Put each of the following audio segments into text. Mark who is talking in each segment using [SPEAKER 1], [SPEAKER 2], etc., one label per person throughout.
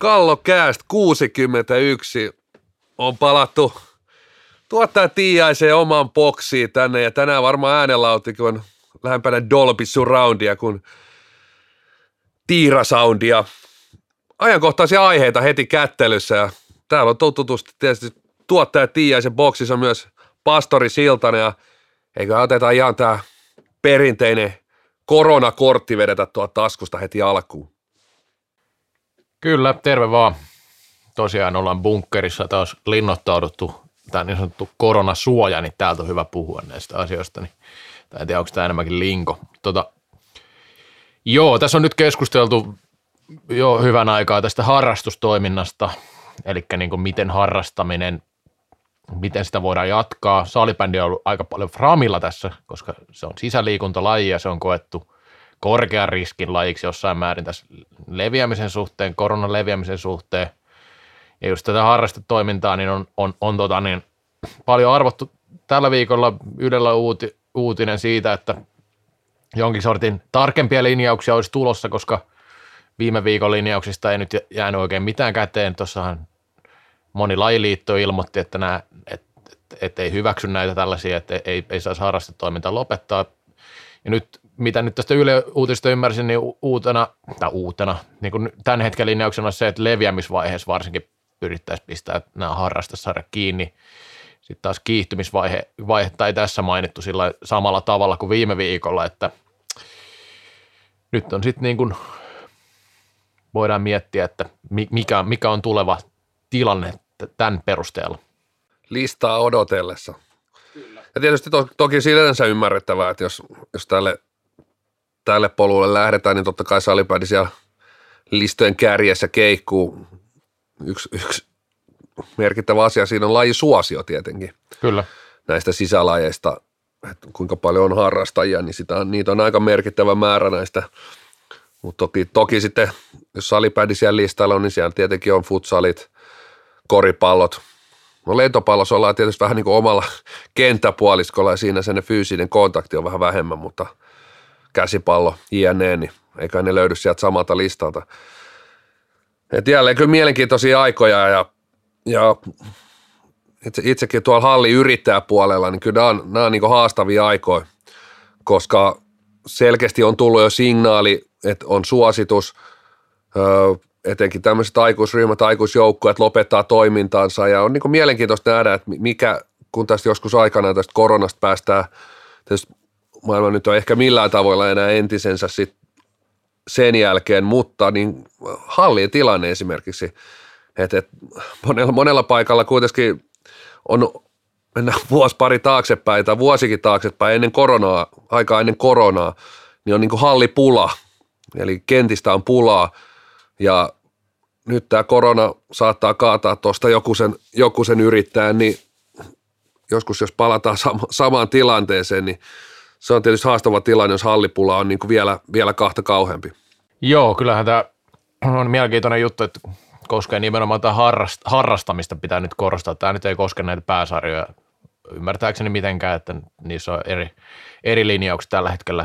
[SPEAKER 1] Kallokääst 61 on palattu tuottaa Tiiaiseen oman boksiin tänne ja tänään varmaan äänenlautikin on lähempänä Dolby Surroundia kuin Tiira-soundia. Ajankohtaisia aiheita heti kättelyssä ja täällä on tutusti tietysti tuottaja Tiiaisen boksissa myös Pastori Siltanen ja eikö otetaan ihan tää perinteinen koronakortti vedetä tuolta taskusta heti alkuun.
[SPEAKER 2] Kyllä, terve vaan. Tosiaan ollaan bunkkerissa taas linnoittauduttu, tämä niin sanottu koronasuoja, niin täältä on hyvä puhua näistä asioista. Niin, en tiedä, onko tämä enemmänkin linko. Joo, tässä on nyt keskusteltu jo hyvän aikaa tästä harrastustoiminnasta, eli niin kuin miten harrastaminen, miten sitä voidaan jatkaa. Salibändi on ollut aika paljon framilla tässä, koska se on sisäliikuntalaji ja se on koettu korkean riskin lajiksi jossain määrin tässä leviämisen suhteen, koronan leviämisen suhteen. Ja just tätä harrastetoimintaa niin on paljon arvottu. Tällä viikolla Ylellä uutinen siitä, että jonkin sortin tarkempia linjauksia olisi tulossa, koska viime viikon linjauksista ei nyt jäänyt oikein mitään käteen. Tuossahan moni lajiliitto ilmoitti, että ei hyväksy näitä tällaisia, että ei saisi harrastetoimintaa lopettaa. Ja nyt, mitä nyt tästä Yle Uutisesta ymmärsin, niin uutena niin kuin tämän hetken linjauksena on se, että leviämisvaiheessa varsinkin pyrittäisiin pistää nämä harrastesarjat kiinni. Sitten taas kiihtymisvaihetta ei tässä mainittu sillä samalla tavalla kuin viime viikolla, että nyt on sitten niin kuin voidaan miettiä, että mikä on tuleva tilanne tämän perusteella.
[SPEAKER 1] Listaa odotellessa. Kyllä. Ja tietysti toki sinänsä ymmärrettävää, että jos tälle polulle lähdetään, niin totta kai salibändi siellä listojen kärjessä keikkuu. Yksi merkittävä asia siinä on lajisuosio tietenkin.
[SPEAKER 2] Kyllä.
[SPEAKER 1] Näistä sisälajeista, että kuinka paljon on harrastajia, niin niitä on aika merkittävä määrä näistä. Mutta toki sitten, jos salibändi siellä listalla on, niin siellä tietenkin on futsalit, koripallot. No lentopallossa ollaan tietysti vähän niin kuin omalla kenttäpuoliskolla ja siinä sen fyysinen kontakti on vähän vähemmän, mutta käsipallo, jne, niin eikä ne löydy sieltä samalta listalta. Et jälleen kyllä mielenkiintoisia aikoja ja itsekin tuolla halliyrittäjäpuolella, niin kyllä nämä on niin kuin haastavia aikoja, koska selkeästi on tullut jo signaali, että on suositus, etenkin tämmöiset aikuisryhmät, aikuisjoukkueet lopettaa toimintaansa ja on niin kuin mielenkiintoista nähdä, että kun tästä joskus aikanaan tästä koronasta päästään, tietysti maailma nyt on ehkä millään tavoilla enää entisensä sit sen jälkeen, mutta niin hallien tilanne esimerkiksi, että monella paikalla kuitenkin on mennään vuosi pari taaksepäin tai vuosikin taaksepäin aikaa ennen koronaa, niin on niin kuin hallipula, eli kentistä on pulaa ja nyt tämä korona saattaa kaataa tuosta joku sen yrittäjän, niin joskus jos palataan samaan tilanteeseen, niin se on tietysti haastava tilanne, jos hallipula on niin kuin vielä kahta kauheampi.
[SPEAKER 2] Joo, kyllähän tämä on mielenkiintoinen juttu, että koskee nimenomaan tämä harrastamista pitää nyt korostaa. Tämä nyt ei koske näitä pääsarjoja ymmärtääkseni mitenkään, että niissä on eri linjauksia tällä hetkellä.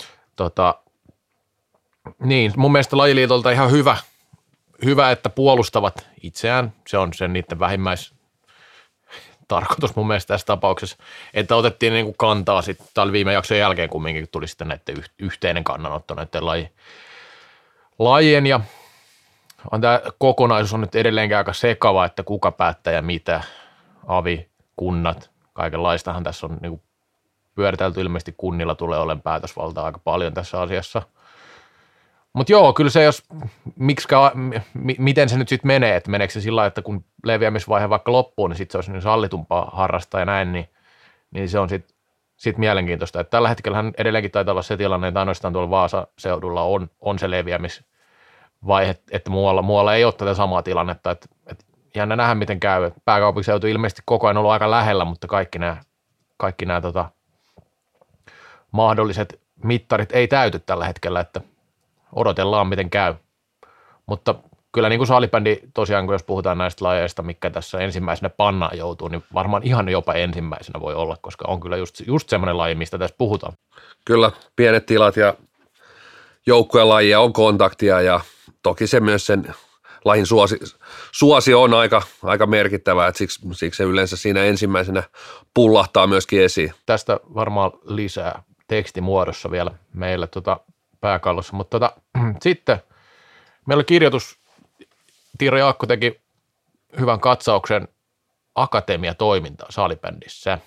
[SPEAKER 2] Niin, mun mielestä lajiliitolta ihan hyvä, että puolustavat itseään. Se on sen niiden vähimmäistarkoitus mun mielestä tässä tapauksessa, että otettiin niin kuin kantaa sitten täällä viime jakson jälkeen kumminkin tuli sitten näiden yhteinen kannanotto näiden lajien ja tämä kokonaisuus on nyt edelleenkin aika sekava, että kuka päättää ja mitä, avi, kunnat, kaikenlaistahan tässä on niin kuin pyöritelty, ilmeisesti kunnilla tulee olemaan päätösvaltaa aika paljon tässä asiassa. Mutta joo, kyllä se miten se nyt sitten menee, että meneekö se sillä lailla, että kun leviämisvaihe vaikka loppuu, niin sitten se olisi niin sallitumpaa harrastaa ja näin, niin se on sitten mielenkiintoista. Että tällä hetkellähän edelleenkin taitaa olla se tilanne, että ainoastaan tuolla Vaasaseudulla on se leviämisvaihe, että muualla ei ole tätä samaa tilannetta, että jännä nähdä miten käy. Pääkaupunkiseutu ilmeisesti koko ajan ollut aika lähellä, mutta kaikki nämä mahdolliset mittarit ei täyty tällä hetkellä, että odotellaan miten käy. Mutta kyllä niin kuin salibändi tosiaan, kun jos puhutaan näistä lajeista, mikä tässä ensimmäisenä pannaan joutuu, niin varmaan ihan jopa ensimmäisenä voi olla, koska on kyllä just semmoinen laji, mistä tässä puhutaan.
[SPEAKER 1] Kyllä, pienet tilat ja joukkueen lajia on kontaktia ja toki se myös sen lajin suosio on aika merkittävä, että siksi se yleensä siinä ensimmäisenä pullahtaa myöskin esiin.
[SPEAKER 2] Tästä varmaan lisää tekstimuodossa vielä meillä pääkallossa, mutta sitten meillä oli kirjoitus, Tiira Jaakko teki hyvän katsauksen akatemiatoimintaa salibändissä.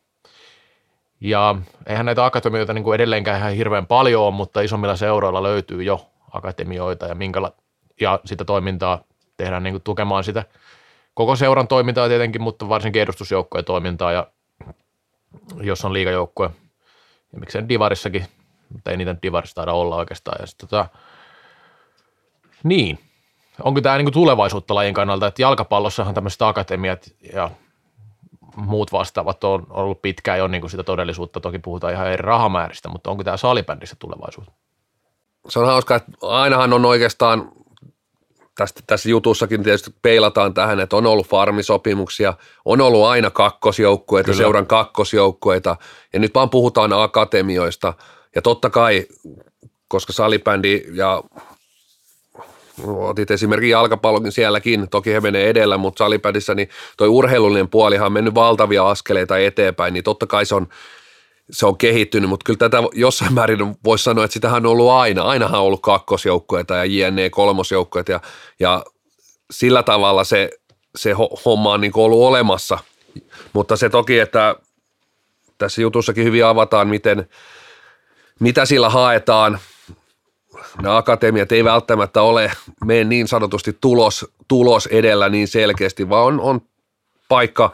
[SPEAKER 2] Ja eihän näitä akatemioita niin kuin edelleenkään ihan hirveän paljon ole, mutta isommilla seuroilla löytyy jo akatemioita ja sitä toimintaa tehdään niin kuin tukemaan sitä koko seuran toimintaa tietenkin, mutta varsinkin edustusjoukkojen toimintaa ja jos on liigajoukkoja ja miksei divarissakin, mutta ei niitä divarissa taida olla oikeastaan. Ja sit, niin, onko tämä niin kuin tulevaisuutta lajin kannalta, että jalkapallossahan tämmöiset akatemiat ja muut vastaavat on ollut pitkään jo niin kuin sitä todellisuutta, toki puhutaan ihan eri rahamääristä, mutta onko tämä salibändissä tulevaisuus?
[SPEAKER 1] Se on hauska, että ainahan on oikeastaan, tässä jutussakin tietysti peilataan tähän, että on ollut farmisopimuksia, on ollut aina kakkosjoukkueita,
[SPEAKER 2] Kyllä.
[SPEAKER 1] seuran kakkosjoukkueita, ja nyt vaan puhutaan akatemioista, ja totta kai, koska salibändi ja otit esimerkiksi jalkapallokin sielläkin, toki he menee edellä, mutta salibändissä niin toi urheilullinen puolihan on mennyt valtavia askeleita eteenpäin, niin totta kai se on kehittynyt, mutta kyllä tätä jossain määrin voisi sanoa, että sitähän on ollut ainahan on ollut kakkosjoukkueita ja JNE kolmosjoukkueita ja sillä tavalla se homma on niin kuin ollut olemassa, mutta se toki, että tässä jutussakin hyvin avataan, mitä sillä haetaan. Nämä akatemiat ei välttämättä mene niin sanotusti tulos edellä niin selkeästi, vaan on paikka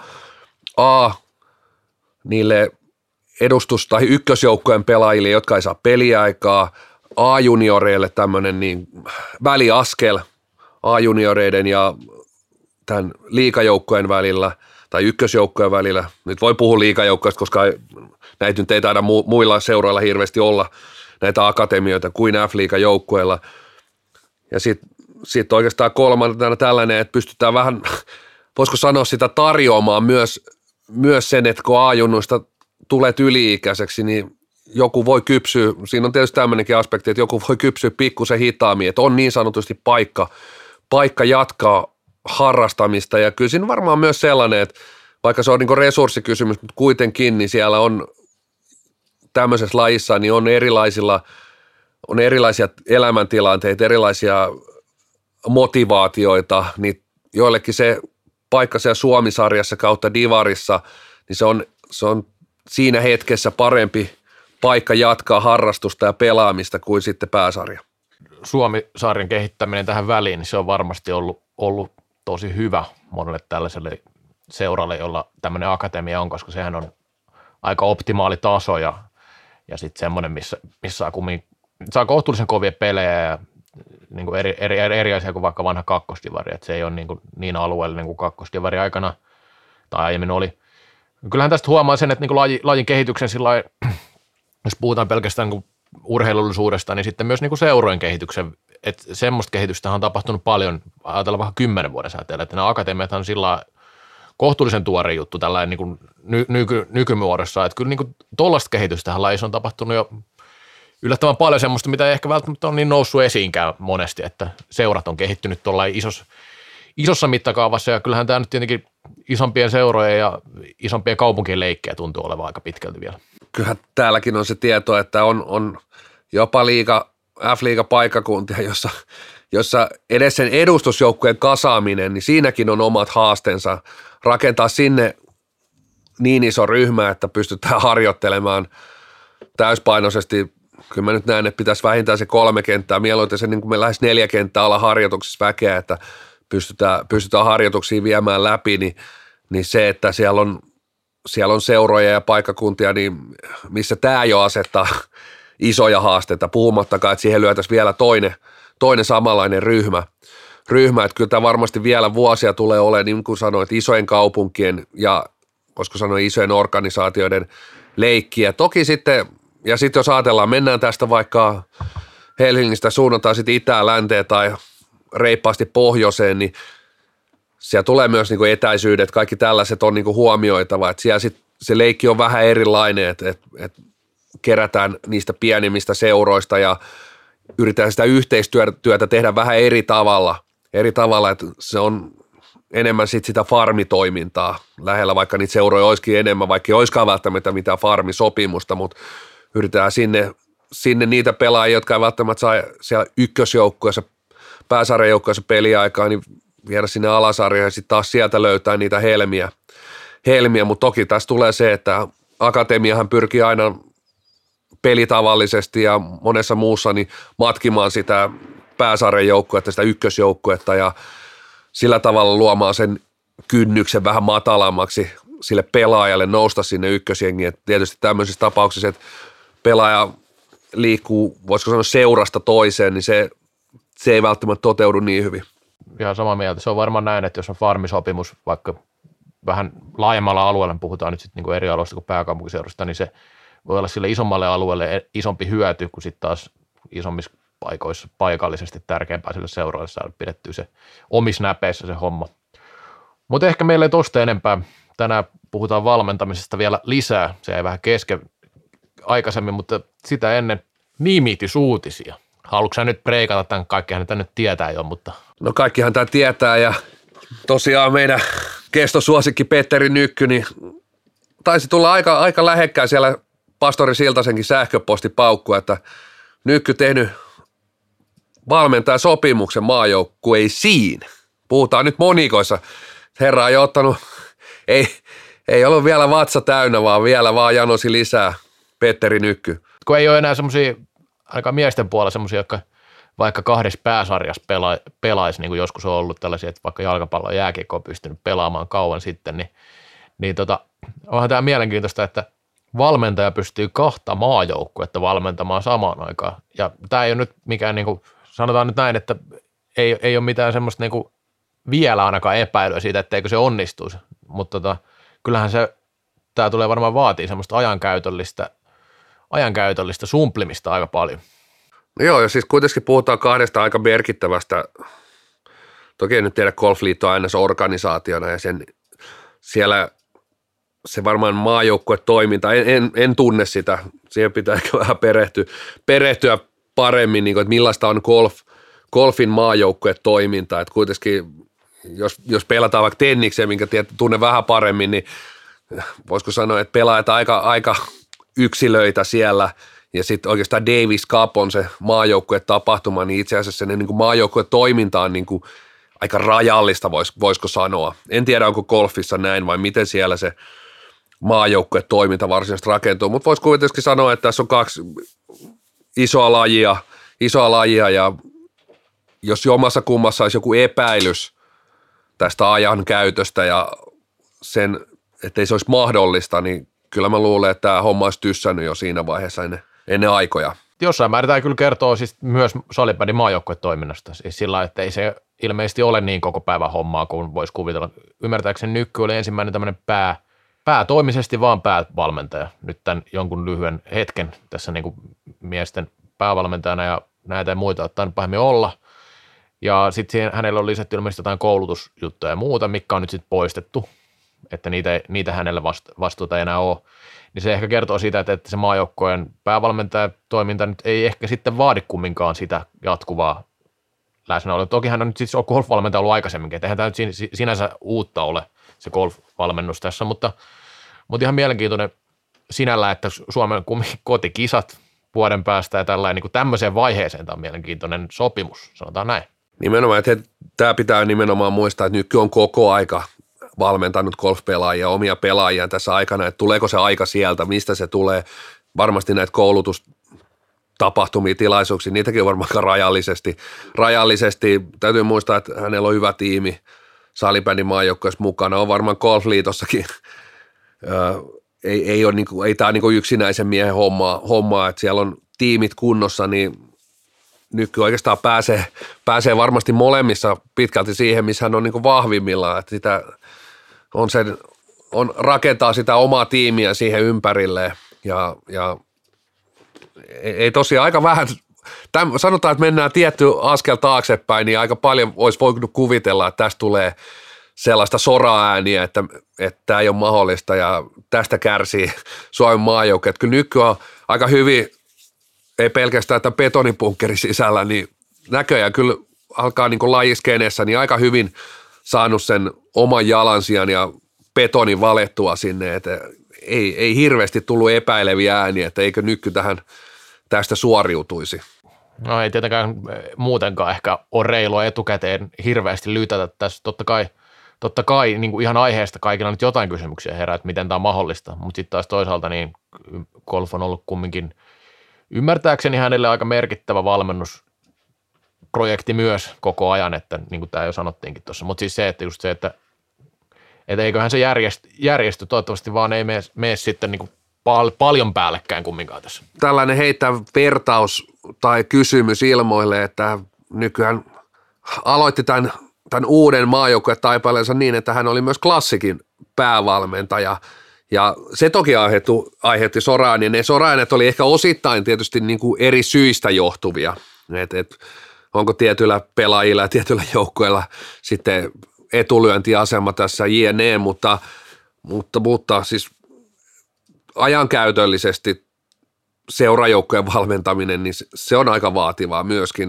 [SPEAKER 1] niille edustus- tai ykkösjoukkojen pelaajille, jotka ei saa peliaikaa, A-junioreille tämmöinen niin väliaskel A-junioreiden ja tämän liigajoukkojen välillä tai ykkösjoukkojen välillä. Nyt voi puhua liigajoukkoista, koska näitä nyt ei taida muilla seuroilla hirveästi olla näitä akatemioita kuin F-liigajoukkueilla. Ja sitten oikeastaan kolmantena tällainen, että pystytään vähän, voisiko sanoa sitä tarjoamaan myös sen, että kun A-junnuista tulet yli-ikäiseksi, niin joku voi kypsyä, siinä on tietysti tämmöinenkin aspekti, että joku voi kypsyä pikkusen hitaammin, että on niin sanotusti paikka jatkaa harrastamista, ja kyllä siinä varmaan myös sellainen, että vaikka se on niin resurssikysymys, mutta kuitenkin, niin siellä on tämmöisessä lajissa, niin on erilaisia elämäntilanteita, erilaisia motivaatioita, niin joillekin se paikka siellä Suomi-sarjassa kautta divarissa, niin se on siinä hetkessä parempi paikka jatkaa harrastusta ja pelaamista kuin sitten pääsarja.
[SPEAKER 2] Suomi-sarjan kehittäminen tähän väliin, niin se on varmasti ollut tosi hyvä monelle tällaiselle seuralle, jolla tämmöinen akatemia on, koska sehän on aika optimaali taso ja sitten semmoinen, missä saa kohtuullisen kovia pelejä ja niin kuin eri asia kuin vaikka vanha kakkosdivari, että se ei ole niin alueellinen kuin kakkosdivari aikana tai aiemmin oli. Kyllähän tästä huomaa sen, että niin lajin kehityksen sillai, jos puhutaan pelkästään niin urheilullisuudesta, niin sitten myös niin seurojen kehityksen, että semmoista kehitystä on tapahtunut paljon, ajatellaan vaikka 10 vuoden säteellä, että nämä akatemiat on sillä kohtuullisen tuore juttu tällainen niin nykymuodossa, että kyllä niin tuollaista kehitystä lajissa on tapahtunut jo yllättävän paljon semmoista, mitä ei ehkä välttämättä on niin noussut esiinkään monesti, että seurat on kehittynyt tuolla isossa mittakaavassa, ja kyllähän tämä nyt tietenkin isompien seurojen ja isompien kaupunkien leikkejä tuntuu olevan aika pitkälti vielä. Kyllähän
[SPEAKER 1] täälläkin on se tieto, että on jopa F-liiga-paikkakuntia, jossa edes sen edustusjoukkueen kasaaminen, niin siinäkin on omat haasteensa rakentaa sinne niin iso ryhmä, että pystytään harjoittelemaan täyspainoisesti. Kyllä mä nyt näen, että pitäisi vähintään se 3 kenttää, mieluiten se niin kuin me lähes 4 kenttää olla harjoituksissa väkeä, että pystytään harjoituksia viemään läpi, niin se, että siellä on seuroja ja paikkakuntia, niin missä tämä jo asettaa isoja haasteita, puhumattakaan, että siihen lyötäisiin vielä toinen samanlainen ryhmä, että kyllä tämä varmasti vielä vuosia tulee olemaan, niin kuin sanoit, isojen kaupunkien ja voisiko sanoa isojen organisaatioiden leikkiä. Toki sitten, ja sitten jos ajatellaan, mennään tästä vaikka Helsingistä suunnataan sitten itään, länteen tai reippaasti pohjoiseen, niin siellä tulee myös niinku etäisyydet, kaikki tällaiset on niinku huomioitava, että siellä sit se leikki on vähän erilainen, että kerätään niistä pienimmistä seuroista ja yritetään sitä yhteistyötä tehdä vähän eri tavalla, eri tavalla, että se on enemmän sitä farmitoimintaa lähellä, vaikka niitä seuroja olisikin enemmän, vaikka ei olisikaan välttämättä mitään farmisopimusta, mutta yritetään sinne niitä pelaajia, jotka ei välttämättä saa siellä ykkösjoukkueessa, pääsarjajoukkueessa peliaikaa, niin viedä sinne alasarjaan ja sitten taas sieltä löytää niitä helmiä, mutta toki tässä tulee se, että akatemiahan pyrkii aina pelitavallisesti ja monessa muussa niin matkimaan sitä pääsarjajoukkuetta, sitä ykkösjoukkuetta ja sillä tavalla luomaan sen kynnyksen vähän matalammaksi sille pelaajalle nousta sinne ykkösjengiin. Et tietysti tämmöisissä tapauksissa, että pelaaja liikkuu, voisiko sanoa seurasta toiseen, niin se ei välttämättä toteudu niin hyvin.
[SPEAKER 2] Ihan samaa mieltä. Se on varmaan näin, että jos on farmisopimus, vaikka vähän laajemmalla alueella, puhutaan nyt sitten niin eri alueista kuin pääkaupunkiseudusta, niin se voi olla sille isommalle alueelle isompi hyöty kuin sitten taas isommissa paikoissa paikallisesti tärkeämpää sille seuraavalle saada pidettyä se omissa näpeissä se homma. Mutta ehkä meillä ei tosta enempää. Tänään puhutaan valmentamisesta vielä lisää. Se ei vähän kesken aikaisemmin, mutta sitä ennen nimitysuutisia. Haluatko sä nyt breikata tämän? Kaikkihan tämä nyt tietää jo, mutta...
[SPEAKER 1] No kaikkihan tämä tietää ja tosiaan meidän kestosuosikki Petteri Nykky, niin taisi tulla aika lähekkäin siellä pastori Siltasenkin sähköpostipaukku, että Nykky tehnyt valmentajasopimuksen maajoukkueisiin. Puhutaan nyt monikoissa. Herra on jo ottanut, ei ollut vielä vatsa täynnä, vaan vielä vaan janosi lisää Petteri Nykky.
[SPEAKER 2] Kun ei ole enää semmoisia, ainakaan miesten puolella semmoisia, jotka vaikka kahdessa pääsarjassa pelaisi, niin kuin joskus on ollut tällaisia, että vaikka jalkapallo ja jääkiekko on pystynyt pelaamaan kauan sitten, niin onhan tämä mielenkiintoista, että valmentaja pystyy kahta maajoukkuetta valmentamaan samaan aikaan. Ja tämä ei ole nyt mikään, niin kuin, sanotaan nyt näin, että ei ole mitään semmoista niin kuin vielä ainakaan epäilyä siitä, etteikö se onnistuisi. Mutta kyllähän tämä tulee varmaan vaatii semmoista ajankäytöllistä sumplimista aika paljon.
[SPEAKER 1] No joo, ja siis kuitenkin puhutaan kahdesta aika merkittävästä, toki en nyt tiedä Golfliitto aina organisaationa ja siellä se varmaan maajoukkuetoiminta, en tunne sitä, siihen pitää ehkä vähän perehtyä paremmin, niin kuin, että millaista on golfin maajoukkuetoiminta, että kuitenkin jos pelataan vaikka tennikseen, minkä tunne vähän paremmin, niin voisiko sanoa, että pelaajat aika yksilöitä siellä, ja sitten oikeastaan Davis Cup on se maajoukkuetapahtuma, niin itse asiassa se niin maajoukkuetoiminta on niin kuin aika rajallista, voisiko sanoa. En tiedä, onko golfissa näin vai miten siellä se maajoukkuetoiminta varsinaisesti rakentuu, mutta voisi kuitenkin sanoa, että tässä on kaksi isoa lajia ja jos jommassa kummassa olisi joku epäilys tästä ajan käytöstä ja sen, ettei se olisi mahdollista, niin kyllä mä luulen, että tämä homma olisi tyssännyt jo siinä vaiheessa ennen aikoja.
[SPEAKER 2] Jossain määrin tämä kyllä kertoo siis myös salibändin maajoukkuetoiminnasta, siis sillä että ei se ilmeisesti ole niin koko päivän hommaa kuin voisi kuvitella. Ymmärtääkseni Nykky oli ensimmäinen tämmöinen päätoimisesti vaan päävalmentaja nyt tämän jonkun lyhyen hetken tässä niin kuin miesten päävalmentajana ja näitä ja muita ottaa pahemmin olla. Ja sitten hänellä on lisätty ilmeisesti jotain koulutusjuttuja ja muuta, mikä on nyt sitten poistettu, että niitä hänelle vastuuta ei enää ole. Niin se ehkä kertoo siitä, että se maajoukkojen päävalmentajatoiminta nyt ei ehkä sitten vaadi kumminkaan sitä jatkuvaa läsnäoloa. Toki hän on nyt siis golf-valmentaja ollut aikaisemminkin, että eihän tämä nyt sinänsä uutta ole se golf-valmennus tässä, mutta ihan mielenkiintoinen sinällä, että Suomen kotikisat vuoden päästä ja tällainen, niin tämmöiseen vaiheeseen tämä on mielenkiintoinen sopimus, sanotaan näin.
[SPEAKER 1] Nimenomaan, että tämä pitää nimenomaan muistaa, että Nykky on koko aika valmentanut golfpelaajia, omia pelaajia tässä aikana, että tuleeko se aika sieltä, mistä se tulee. Varmasti näitä koulutustapahtumia, tilaisuuksia, niitäkin on varmaan rajallisesti. Täytyy muistaa, että hänellä on hyvä tiimi salibändin maajoukkueessa mukana, on varmaan Golfliitossakin. Ei tämä ole yksinäisen miehen hommaa, että siellä on tiimit kunnossa, niin Nykky oikeastaan pääsee varmasti molemmissa pitkälti siihen, missä hän on niin vahvimmillaan, että sitä rakentaa sitä omaa tiimiä siihen ympärille ja ei tosiaan aika vähän, sanotaan, että mennään tietty askel taaksepäin, niin aika paljon olisi voinut kuvitella, että tästä tulee sellaista soraääniä, että tämä ei ole mahdollista ja tästä kärsii Suomen maajoukkue. Kyllä Nykky on aika hyvin, ei pelkästään tämän betonibunkkerin sisällä, niin näköjään kyllä alkaa niin kuin lajiskeneessä, niin aika hyvin saanut sen oman jalansijan ja betonin valettua sinne, että ei hirveästi tullut epäileviä ääniä, että eikö Nykky tästä suoriutuisi.
[SPEAKER 2] No ei tietenkään muutenkaan ehkä ole reilua etukäteen hirveästi lytätä tässä. Totta kai niin kuin ihan aiheesta kaikilla nyt jotain kysymyksiä herää, että miten tämä on mahdollista, mutta sitten taas toisaalta niin golf on ollut kumminkin ymmärtääkseni hänelle aika merkittävä valmennusprojekti myös koko ajan, että niin kuin tämä jo sanottiinkin tuossa, mutta siis se, että just se, että eiköhän se järjesty toivottavasti vaan ei mene sitten niin kuin paljon päällekkäin kumminkaan tässä.
[SPEAKER 1] Tällainen heittää vertaus tai kysymys ilmoille, että nykyään aloitti tämän uuden maajoukkuetaipaleensa niin, että hän oli myös Klassikin päävalmentaja. Ja se toki aiheutti soraania. Ne sorainet oli ehkä osittain tietysti niin kuin eri syistä johtuvia. Onko tietyillä pelaajilla ja tietyillä joukkueilla sitten etulyöntiasema tässä jne, mutta siis ajankäytöllisesti seurajoukkojen valmentaminen, niin se on aika vaativaa myöskin,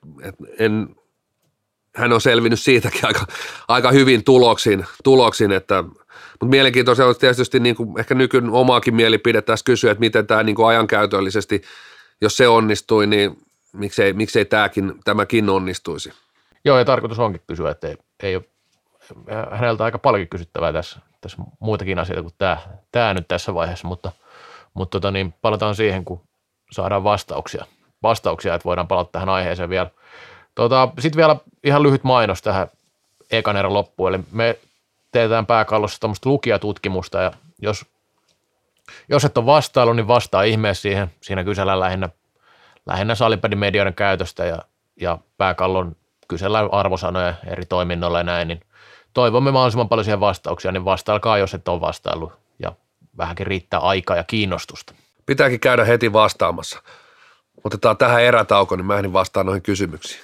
[SPEAKER 1] hän on selvinnyt siitäkin aika hyvin tuloksin mutta mielenkiintoista on tietysti niin kuin ehkä nykyn omaakin mielipide tässä kysyä, että miten tämä niin kuin ajankäytöllisesti, jos se onnistui, niin miksei tämäkin onnistuisi.
[SPEAKER 2] Joo, ja tarkoitus onkin kysyä, että ei ole häneltä aika paljonkin kysyttävää tässä muitakin asioita kuin tämä nyt tässä vaiheessa, mutta palataan siihen, kun saadaan vastauksia, että voidaan palata tähän aiheeseen vielä. Sitten vielä ihan lyhyt mainos tähän ekan erän loppuun, eli me teetään Pääkallossa tämmöistä lukijatutkimusta, ja jos et ole vastaillut, niin vastaa ihmeessä siihen. Siinä kysellään lähinnä salibändimedioiden käytöstä ja Pääkallon kysellään arvosanoja eri toiminnoilla ja näin, niin toivomme mahdollisimman paljon siihen vastauksia, niin vastailkaa, jos et ole vastaillut, ja vähänkin riittää aikaa ja kiinnostusta.
[SPEAKER 1] Pitääkin käydä heti vastaamassa. Otetaan tähän erätauko, niin mä ehdin vastaan noihin kysymyksiin.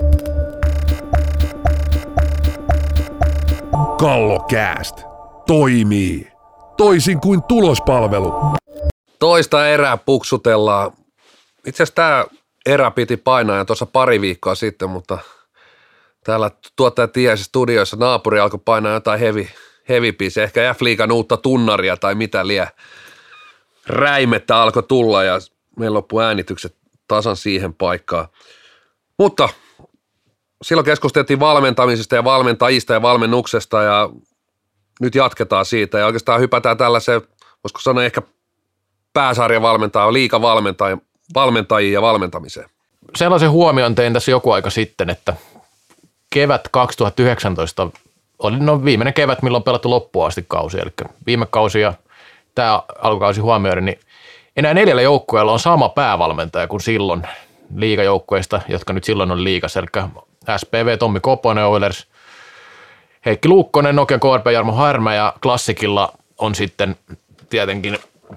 [SPEAKER 3] Kallokääst toimii toisin kuin tulospalvelu.
[SPEAKER 1] Toista erää puksutellaan. Itse asiassa tämä erä piti painaa jo tuossa pari viikkoa sitten, mutta täällä tuottaja Tiesi studioissa naapuri alkoi painaa jotain heavy piece, ehkä F-liigan uutta tunnaria tai mitä lie. Räimettä alkoi tulla ja meillä loppui äänitykset tasan siihen paikkaan. Mutta silloin keskusteltiin valmentamisesta ja valmentajista ja valmennuksesta ja nyt jatketaan siitä ja oikeastaan hypätään tällaiseen, voisiko sanoa ehkä pääsarjavalmentaja, liigavalmentajia ja valmentamiseen.
[SPEAKER 2] Sellaisen huomion tein tässä joku aika sitten, että kevät 2019 oli viimeinen kevät, milloin on pelattu loppuun asti kausi, eli viime kausi ja tämä alkukausi huomioiden, niin enää 4 joukkueella on sama päävalmentaja kuin silloin liigajoukkueista, jotka nyt silloin on liigassa, eli SPV Tommi Koponen, Oilers, Heikki Luukkonen, Nokian KRP, Jarmo Härmä ja Klassikilla on sitten tietenkin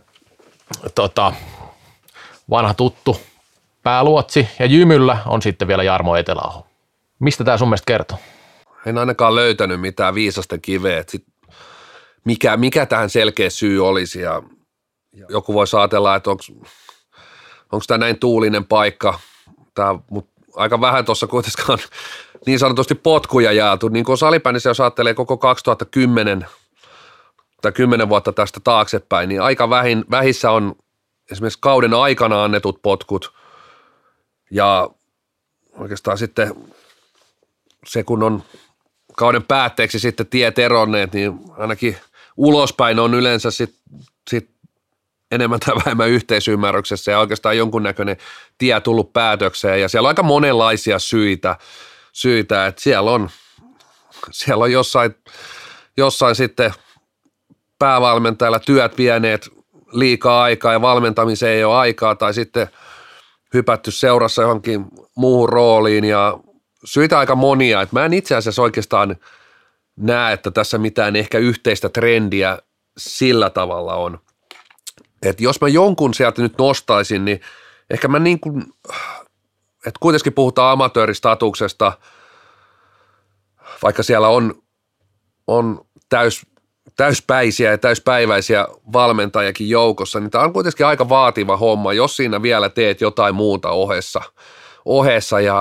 [SPEAKER 2] vanha tuttu pääluotsi ja Jymyllä on sitten vielä Jarmo Eteläaho. Mistä tämä sun mielestä kertoo?
[SPEAKER 1] En ainakaan löytänyt mitään viisasten kiveä, että mikä tähän selkeä syy olisi ja joku voi ajatella, että onko tämä näin tuulinen paikka, mutta aika vähän tuossa kuitenkaan niin sanotusti potkuja jaeltu, niin kuin salibändissä jos ajattelee koko 2010 tai 10 vuotta tästä taaksepäin, niin aika vähissä on esimerkiksi kauden aikana annetut potkut ja oikeastaan sitten se, kun on kauden päätteeksi sitten tiet eronneet, niin ainakin ulospäin on yleensä sit enemmän tai vähemmän yhteisymmärryksessä ja oikeastaan jonkunnäköinen tie tullut päätökseen ja siellä on aika monenlaisia syitä että siellä on jossain sitten päävalmentajalla työt vieneet liikaa aikaa ja valmentamiseen ei ole aikaa tai sitten hypätty seurassa johonkin muuhun rooliin ja syitä aika monia, että mä en itse asiassa oikeastaan näe, että tässä mitään ehkä yhteistä trendiä sillä tavalla on. Että jos mä jonkun sieltä nyt nostaisin, niin ehkä mä niin kuin, että kuitenkin puhutaan amatööristatuksesta, vaikka siellä on täyspäisiä ja täyspäiväisiä valmentajakin joukossa, niin tämä on kuitenkin aika vaativa homma, jos siinä vielä teet jotain muuta ohessa ja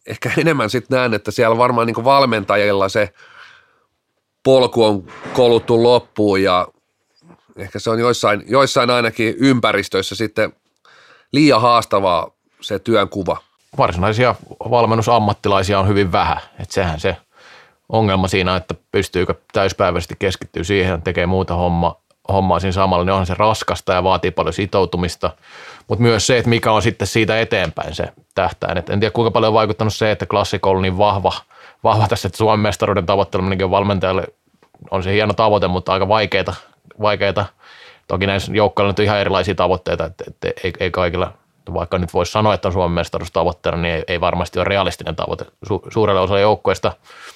[SPEAKER 1] ehkä enemmän sitten näen, että siellä varmaan niin kuin valmentajilla se polku on koluttu loppuun ja ehkä se on joissain ainakin ympäristöissä sitten liian haastavaa se työnkuva.
[SPEAKER 2] Varsinaisia valmennusammattilaisia on hyvin vähän, että sehän se ongelma siinä, että pystyykö täyspäiväisesti keskittyä siihen, tekee muuta hommaa siinä samalla, niin onhan se raskasta ja vaatii paljon sitoutumista, mutta myös se, että mikä on sitten siitä eteenpäin se tähtäin. Et en tiedä, kuinka paljon on vaikuttanut se, että klassikko on niin vahva tässä, että Suomen mestaruuden tavoitteluminenkin on valmentajalle, on se hieno tavoite, mutta aika vaikeita. Toki näissä joukkoilla nyt on ihan erilaisia tavoitteita, että ei kaikilla, vaikka nyt voisi sanoa, että on Suomen mestaruus tavoitteena, niin ei varmasti ole realistinen tavoite suurelle osalle joukkoista.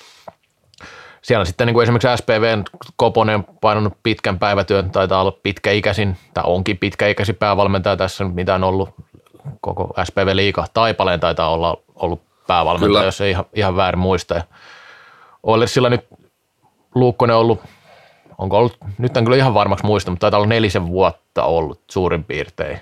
[SPEAKER 2] Siellä sitten niin kuin esimerkiksi SPVn Koponen painanut pitkän päivätyön, taitaa olla pitkäikäisin, tai onkin pitkäikäisin päävalmentaja tässä, mitä on ollut koko SPV-liiga. Taipaleen taitaa olla ollut päävalmentaja, kyllä, jos ei ihan väärin muista. Oilersilla nyt Luukkonen ollut, onko ollut, nyt en kyllä ihan varmaksi muista, mutta taitaa olla 4 vuotta ollut suurin piirtein.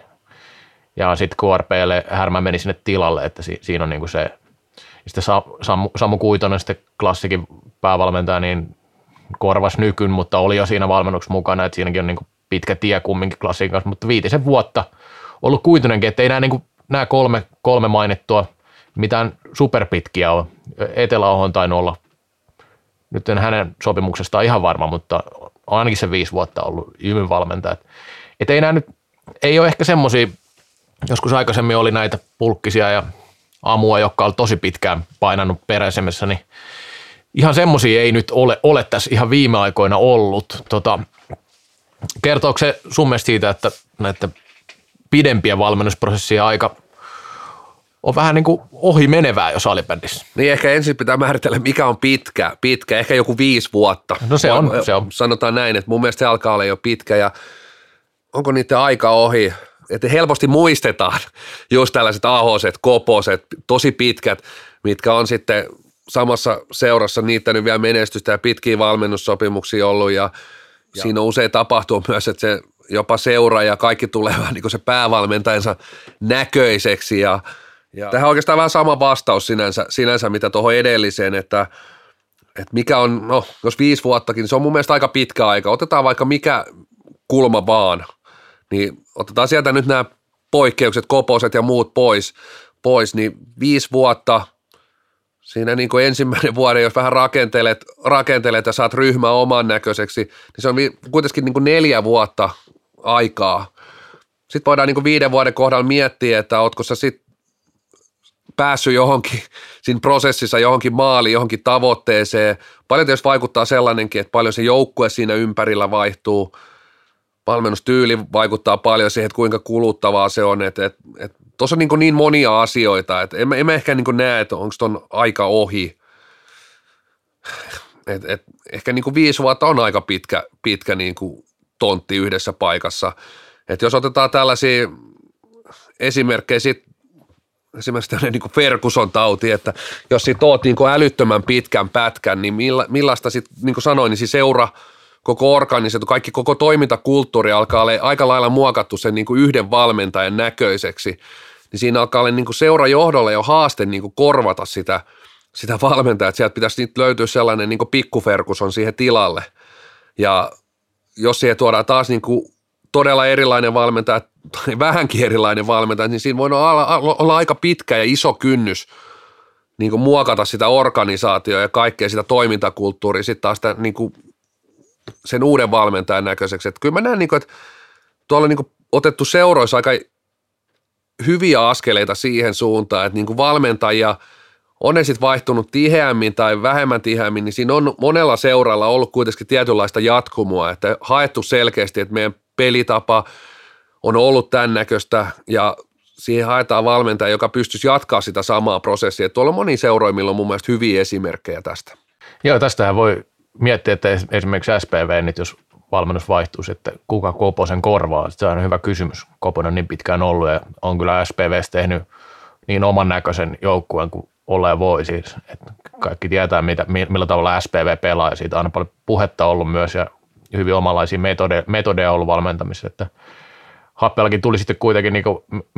[SPEAKER 2] Ja sitten KRPlle Härmä meni sinne tilalle, että siinä on niin kuin se. Sitten Samu Kuitonen, sitten Klassikin päävalmentaja, niin korvasi Nykyn, mutta oli jo siinä valmennuksessa mukana, että siinäkin on niin kuin pitkä tie kumminkin Klassikin kanssa, mutta 5 vuotta ollut Kuitonenkin, että ei nämä 3 mainittua mitään superpitkiä ole. Etelä-Oho on tainnut olla, nyt en hänen sopimuksestaan ihan varma, mutta on ainakin se 5 vuotta ollut Jymyn valmentaja. Että ei ole ehkä semmoisia, joskus aikaisemmin oli näitä pulkkisia ja Amua, joka on tosi pitkään painanut peräisemmässä, niin ihan semmoisia ei nyt ole tässä ihan viime aikoina ollut. Kertooko se sun mielestä siitä, että näiden pidempien valmennusprosessien aika on vähän niin kuin ohi menevää jo salibändissä?
[SPEAKER 1] Niin ehkä ensin pitää määritellä, mikä on pitkä, ehkä joku 5 vuotta.
[SPEAKER 2] No se on.
[SPEAKER 1] Sanotaan näin, että mun mielestä se alkaa olla jo pitkä ja onko niiden aika ohi? Että helposti muistetaan just tällaiset ahoset, koposet, tosi pitkät, mitkä on sitten samassa seurassa niittänyt vielä menestystä ja pitkiä valmennussopimuksia ollut ja siinä on usein tapahtuu myös, että se jopa seura ja kaikki tulee vähän niin kuin se päävalmentajansa näköiseksi ja tähän on oikeastaan vähän sama vastaus sinänsä mitä tuohon edelliseen, että mikä on, no jos 5 vuottakin, niin se on mun mielestä aika pitkä aika, otetaan vaikka mikä kulma vaan. Niin otetaan sieltä nyt nämä poikkeukset, koposet ja muut pois, niin 5 vuotta, siinä niin kuin ensimmäinen vuoden, jos vähän rakentelet ja saat ryhmää oman näköiseksi, niin se on kuitenkin niin kuin 4 vuotta aikaa. Sitten voidaan niin kuin 5 vuoden kohdalla miettiä, että ootko sä sitten päässyt johonkin siinä prosessissa, johonkin maaliin, johonkin tavoitteeseen. Paljon tietysti vaikuttaa sellainenkin, että paljon se joukkue siinä ympärillä vaihtuu. Valmennustyyli vaikuttaa paljon siihen, että kuinka kuluttavaa se on, että tuossa on niin monia asioita, että en mä ehkä niin näe, että onko ton aika ohi. Ehkä niin 5 vuotta on aika pitkä niin tontti yhdessä paikassa. Että jos otetaan tällaisia esimerkkejä, esimerkiksi tämmöinen niin Ferguson tauti, että jos sit oot niin älyttömän pitkän pätkän, niin millaista sitten, niin kuin sanoin, niin siis seura, koko organisaatio, koko toimintakulttuuri alkaa olla aika lailla muokattu sen niin kuin yhden valmentajan näköiseksi, niin siinä alkaa olla niin kuin seurajohdolla jo haaste niin kuin korvata sitä valmentajaa, että sieltä pitäisi löytyä sellainen niin kuin pikku Ferguson siihen tilalle. Ja jos siihen tuodaan taas niin kuin todella erilainen valmentaja tai vähänkin erilainen valmentaja, niin siinä voi olla aika pitkä ja iso kynnys niin kuin muokata sitä organisaatioa ja kaikkea sitä toimintakulttuuria sitten taas sitä niin kuin sen uuden valmentajan näköiseksi. Että kyllä mä näen, että tuolla on otettu seuroissa aika hyviä askeleita siihen suuntaan, että valmentajia on ne sitten vaihtunut tiheämmin tai vähemmän tiheämmin, niin siinä on monella seuralla ollut kuitenkin tietynlaista jatkumoa, että haettu selkeästi, että meidän pelitapa on ollut tämän näköistä ja siihen haetaan valmentaja, joka pystyisi jatkaa sitä samaa prosessia. Tuolla on moni seuroimilla on mun mielestä hyviä esimerkkejä tästä.
[SPEAKER 2] Joo, tästähän voi miettiä, että esimerkiksi SPV, nyt jos valmennus vaihtuisi, että kuka Koposen korvaa, se on hyvä kysymys. Koponen on niin pitkään ollut ja on kyllä SPVs tehnyt niin oman näköisen joukkueen kuin olla ja voi siis. Että kaikki tietää, millä tavalla SPV pelaa ja siitä on aina paljon puhetta ollut myös ja hyvin omanlaisia metodeja ollut valmentamisessa. Että Happellakin tuli sitten kuitenkin, niin kuin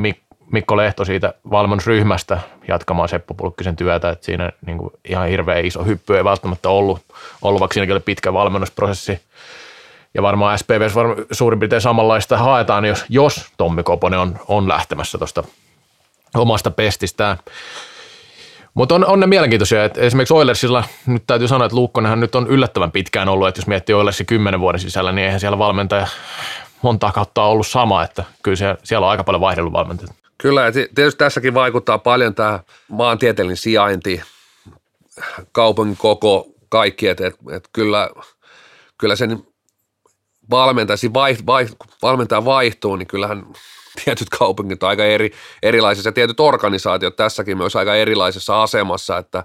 [SPEAKER 2] Mikko Lehto siitä valmennusryhmästä jatkamaan Seppo Pulkkisen työtä, että siinä niin kuin ihan hirveän iso hyppy ei välttämättä ollut vaikka siinäkin oli pitkä valmennusprosessi. Ja varmaan SPVs suurin piirtein samanlaista haetaan, jos Tommi Koponen on lähtemässä tuosta omasta pestistään. Mutta on ne mielenkiintoisia, että esimerkiksi Oilersilla nyt täytyy sanoa, että Luukkonenhan nyt on yllättävän pitkään ollut, että jos miettii Oilersin 10 vuoden sisällä, niin eihän siellä valmentaja monta kautta ollut sama, että kyllä siellä on aika paljon vaihdellut valmentajat.
[SPEAKER 1] Kyllä, ja tietysti tässäkin vaikuttaa paljon tämä maantieteellinen sijainti, kaupungin koko, kaikki, että kyllä sen valmentaja vaihtuu, niin kyllähän tietyt kaupungit on aika erilaisissa, tietyt organisaatiot tässäkin myös aika erilaisessa asemassa, että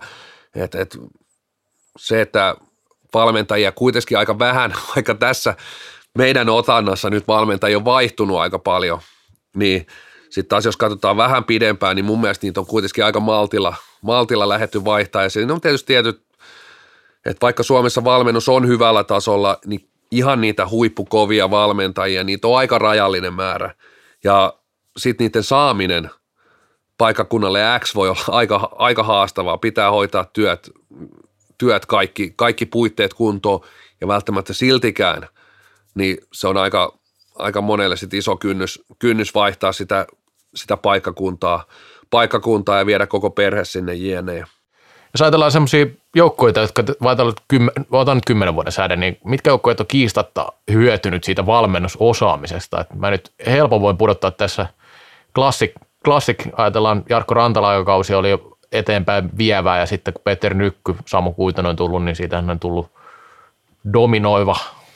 [SPEAKER 1] se, että valmentajia kuitenkin aika vähän, vaikka tässä meidän otannassa nyt valmentajia on vaihtunut aika paljon, niin sitten taas jos katsotaan vähän pidempään, niin mun mielestä niitä on kuitenkin aika maltilla lähdetty vaihtaa, ja siinä on tietysti tietyt, että vaikka Suomessa valmennus on hyvällä tasolla, niin ihan niitä huippukovia valmentajia, niitä on aika rajallinen määrä, ja sitten niiden saaminen paikkakunnalle X voi olla aika haastavaa, pitää hoitaa työt kaikki puitteet kuntoon, ja välttämättä siltikään, niin se on aika monelle sit iso kynnys vaihtaa sitä paikkakuntaa ja viedä koko perhe sinne jne.
[SPEAKER 2] Jos ajatellaan semmoisia joukkueita, jotka otan nyt 10 vuoden säde, niin mitkä joukkueet on kiistatta hyötynyt siitä valmennusosaamisesta? Et mä nyt helpon voin pudottaa tässä Classic, ajatellaan Jarkko Rantala-kausi oli jo eteenpäin vievää, ja sitten kun Peter Nykky, Samu Kuitonen on tullut, niin siitä on tullut dominoiva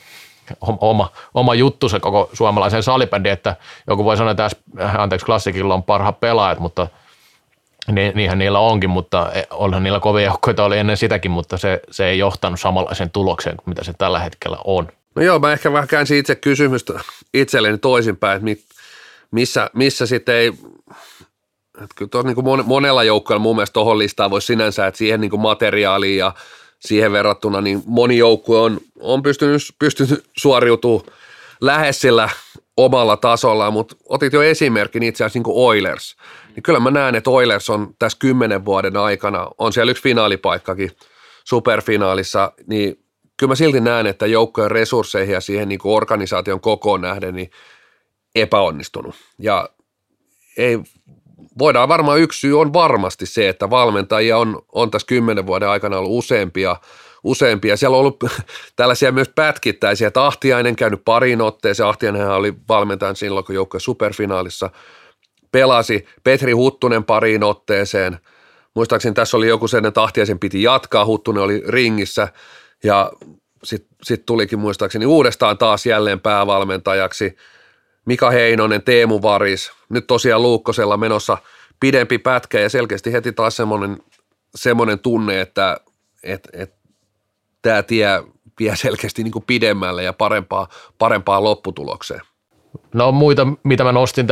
[SPEAKER 2] oma juttu se koko suomalaisen salibändi, että joku voi sanoa, että Classicilla on parhaat pelaajat, mutta niinhän niillä onkin, mutta onhan niillä kovia joukkoita oli ennen sitäkin, mutta se ei johtanut samanlaiseen tulokseen kuin mitä se tällä hetkellä on. No
[SPEAKER 1] joo, mä ehkä vähän käänsin itse kysymystä itselleni toisinpäin, että missä sitten ei, että kyllä tuossa niin monella joukkueella mun mielestä tuohon listaan voisi sinänsä, että siihen niin materiaaliin ja siihen verrattuna niin moni joukkue on pystynyt suoriutumaan lähes sillä omalla tasollaan, mutta otit jo esimerkin itse asiassa niin kuin Oilers. Niin kyllä mä näen, että Oilers on tässä 10 vuoden aikana, on siellä yksi finaalipaikkakin superfinaalissa, niin kyllä mä silti näen, että joukkojen resursseihin ja siihen niin kuin organisaation kokoon nähden niin epäonnistunut. Ja ei, voidaan varmaan yksi syy on varmasti se, että valmentajia on tässä 10 vuoden aikana ollut useampia. Siellä on ollut tällaisia myös pätkittäisiä, että Ahtiainen käynyt pariin otteeseen. Ahtiainenhan oli valmentajan silloin, kun joukkojen superfinaalissa pelasi. Petri Huttunen pariin otteeseen. Muistaakseni tässä oli joku sen, että Ahtiaisen piti jatkaa. Huttunen oli ringissä ja sitten tulikin muistaakseni uudestaan taas jälleen päävalmentajaksi. Mika Heinonen, Teemu Varis, nyt tosiaan Luukkosella menossa pidempi pätkä ja selkeästi heti taas semmoinen tunne, että tämä tie vie selkeästi niin kuin pidemmälle ja parempaan lopputulokseen.
[SPEAKER 2] No muita, mitä mä nostin,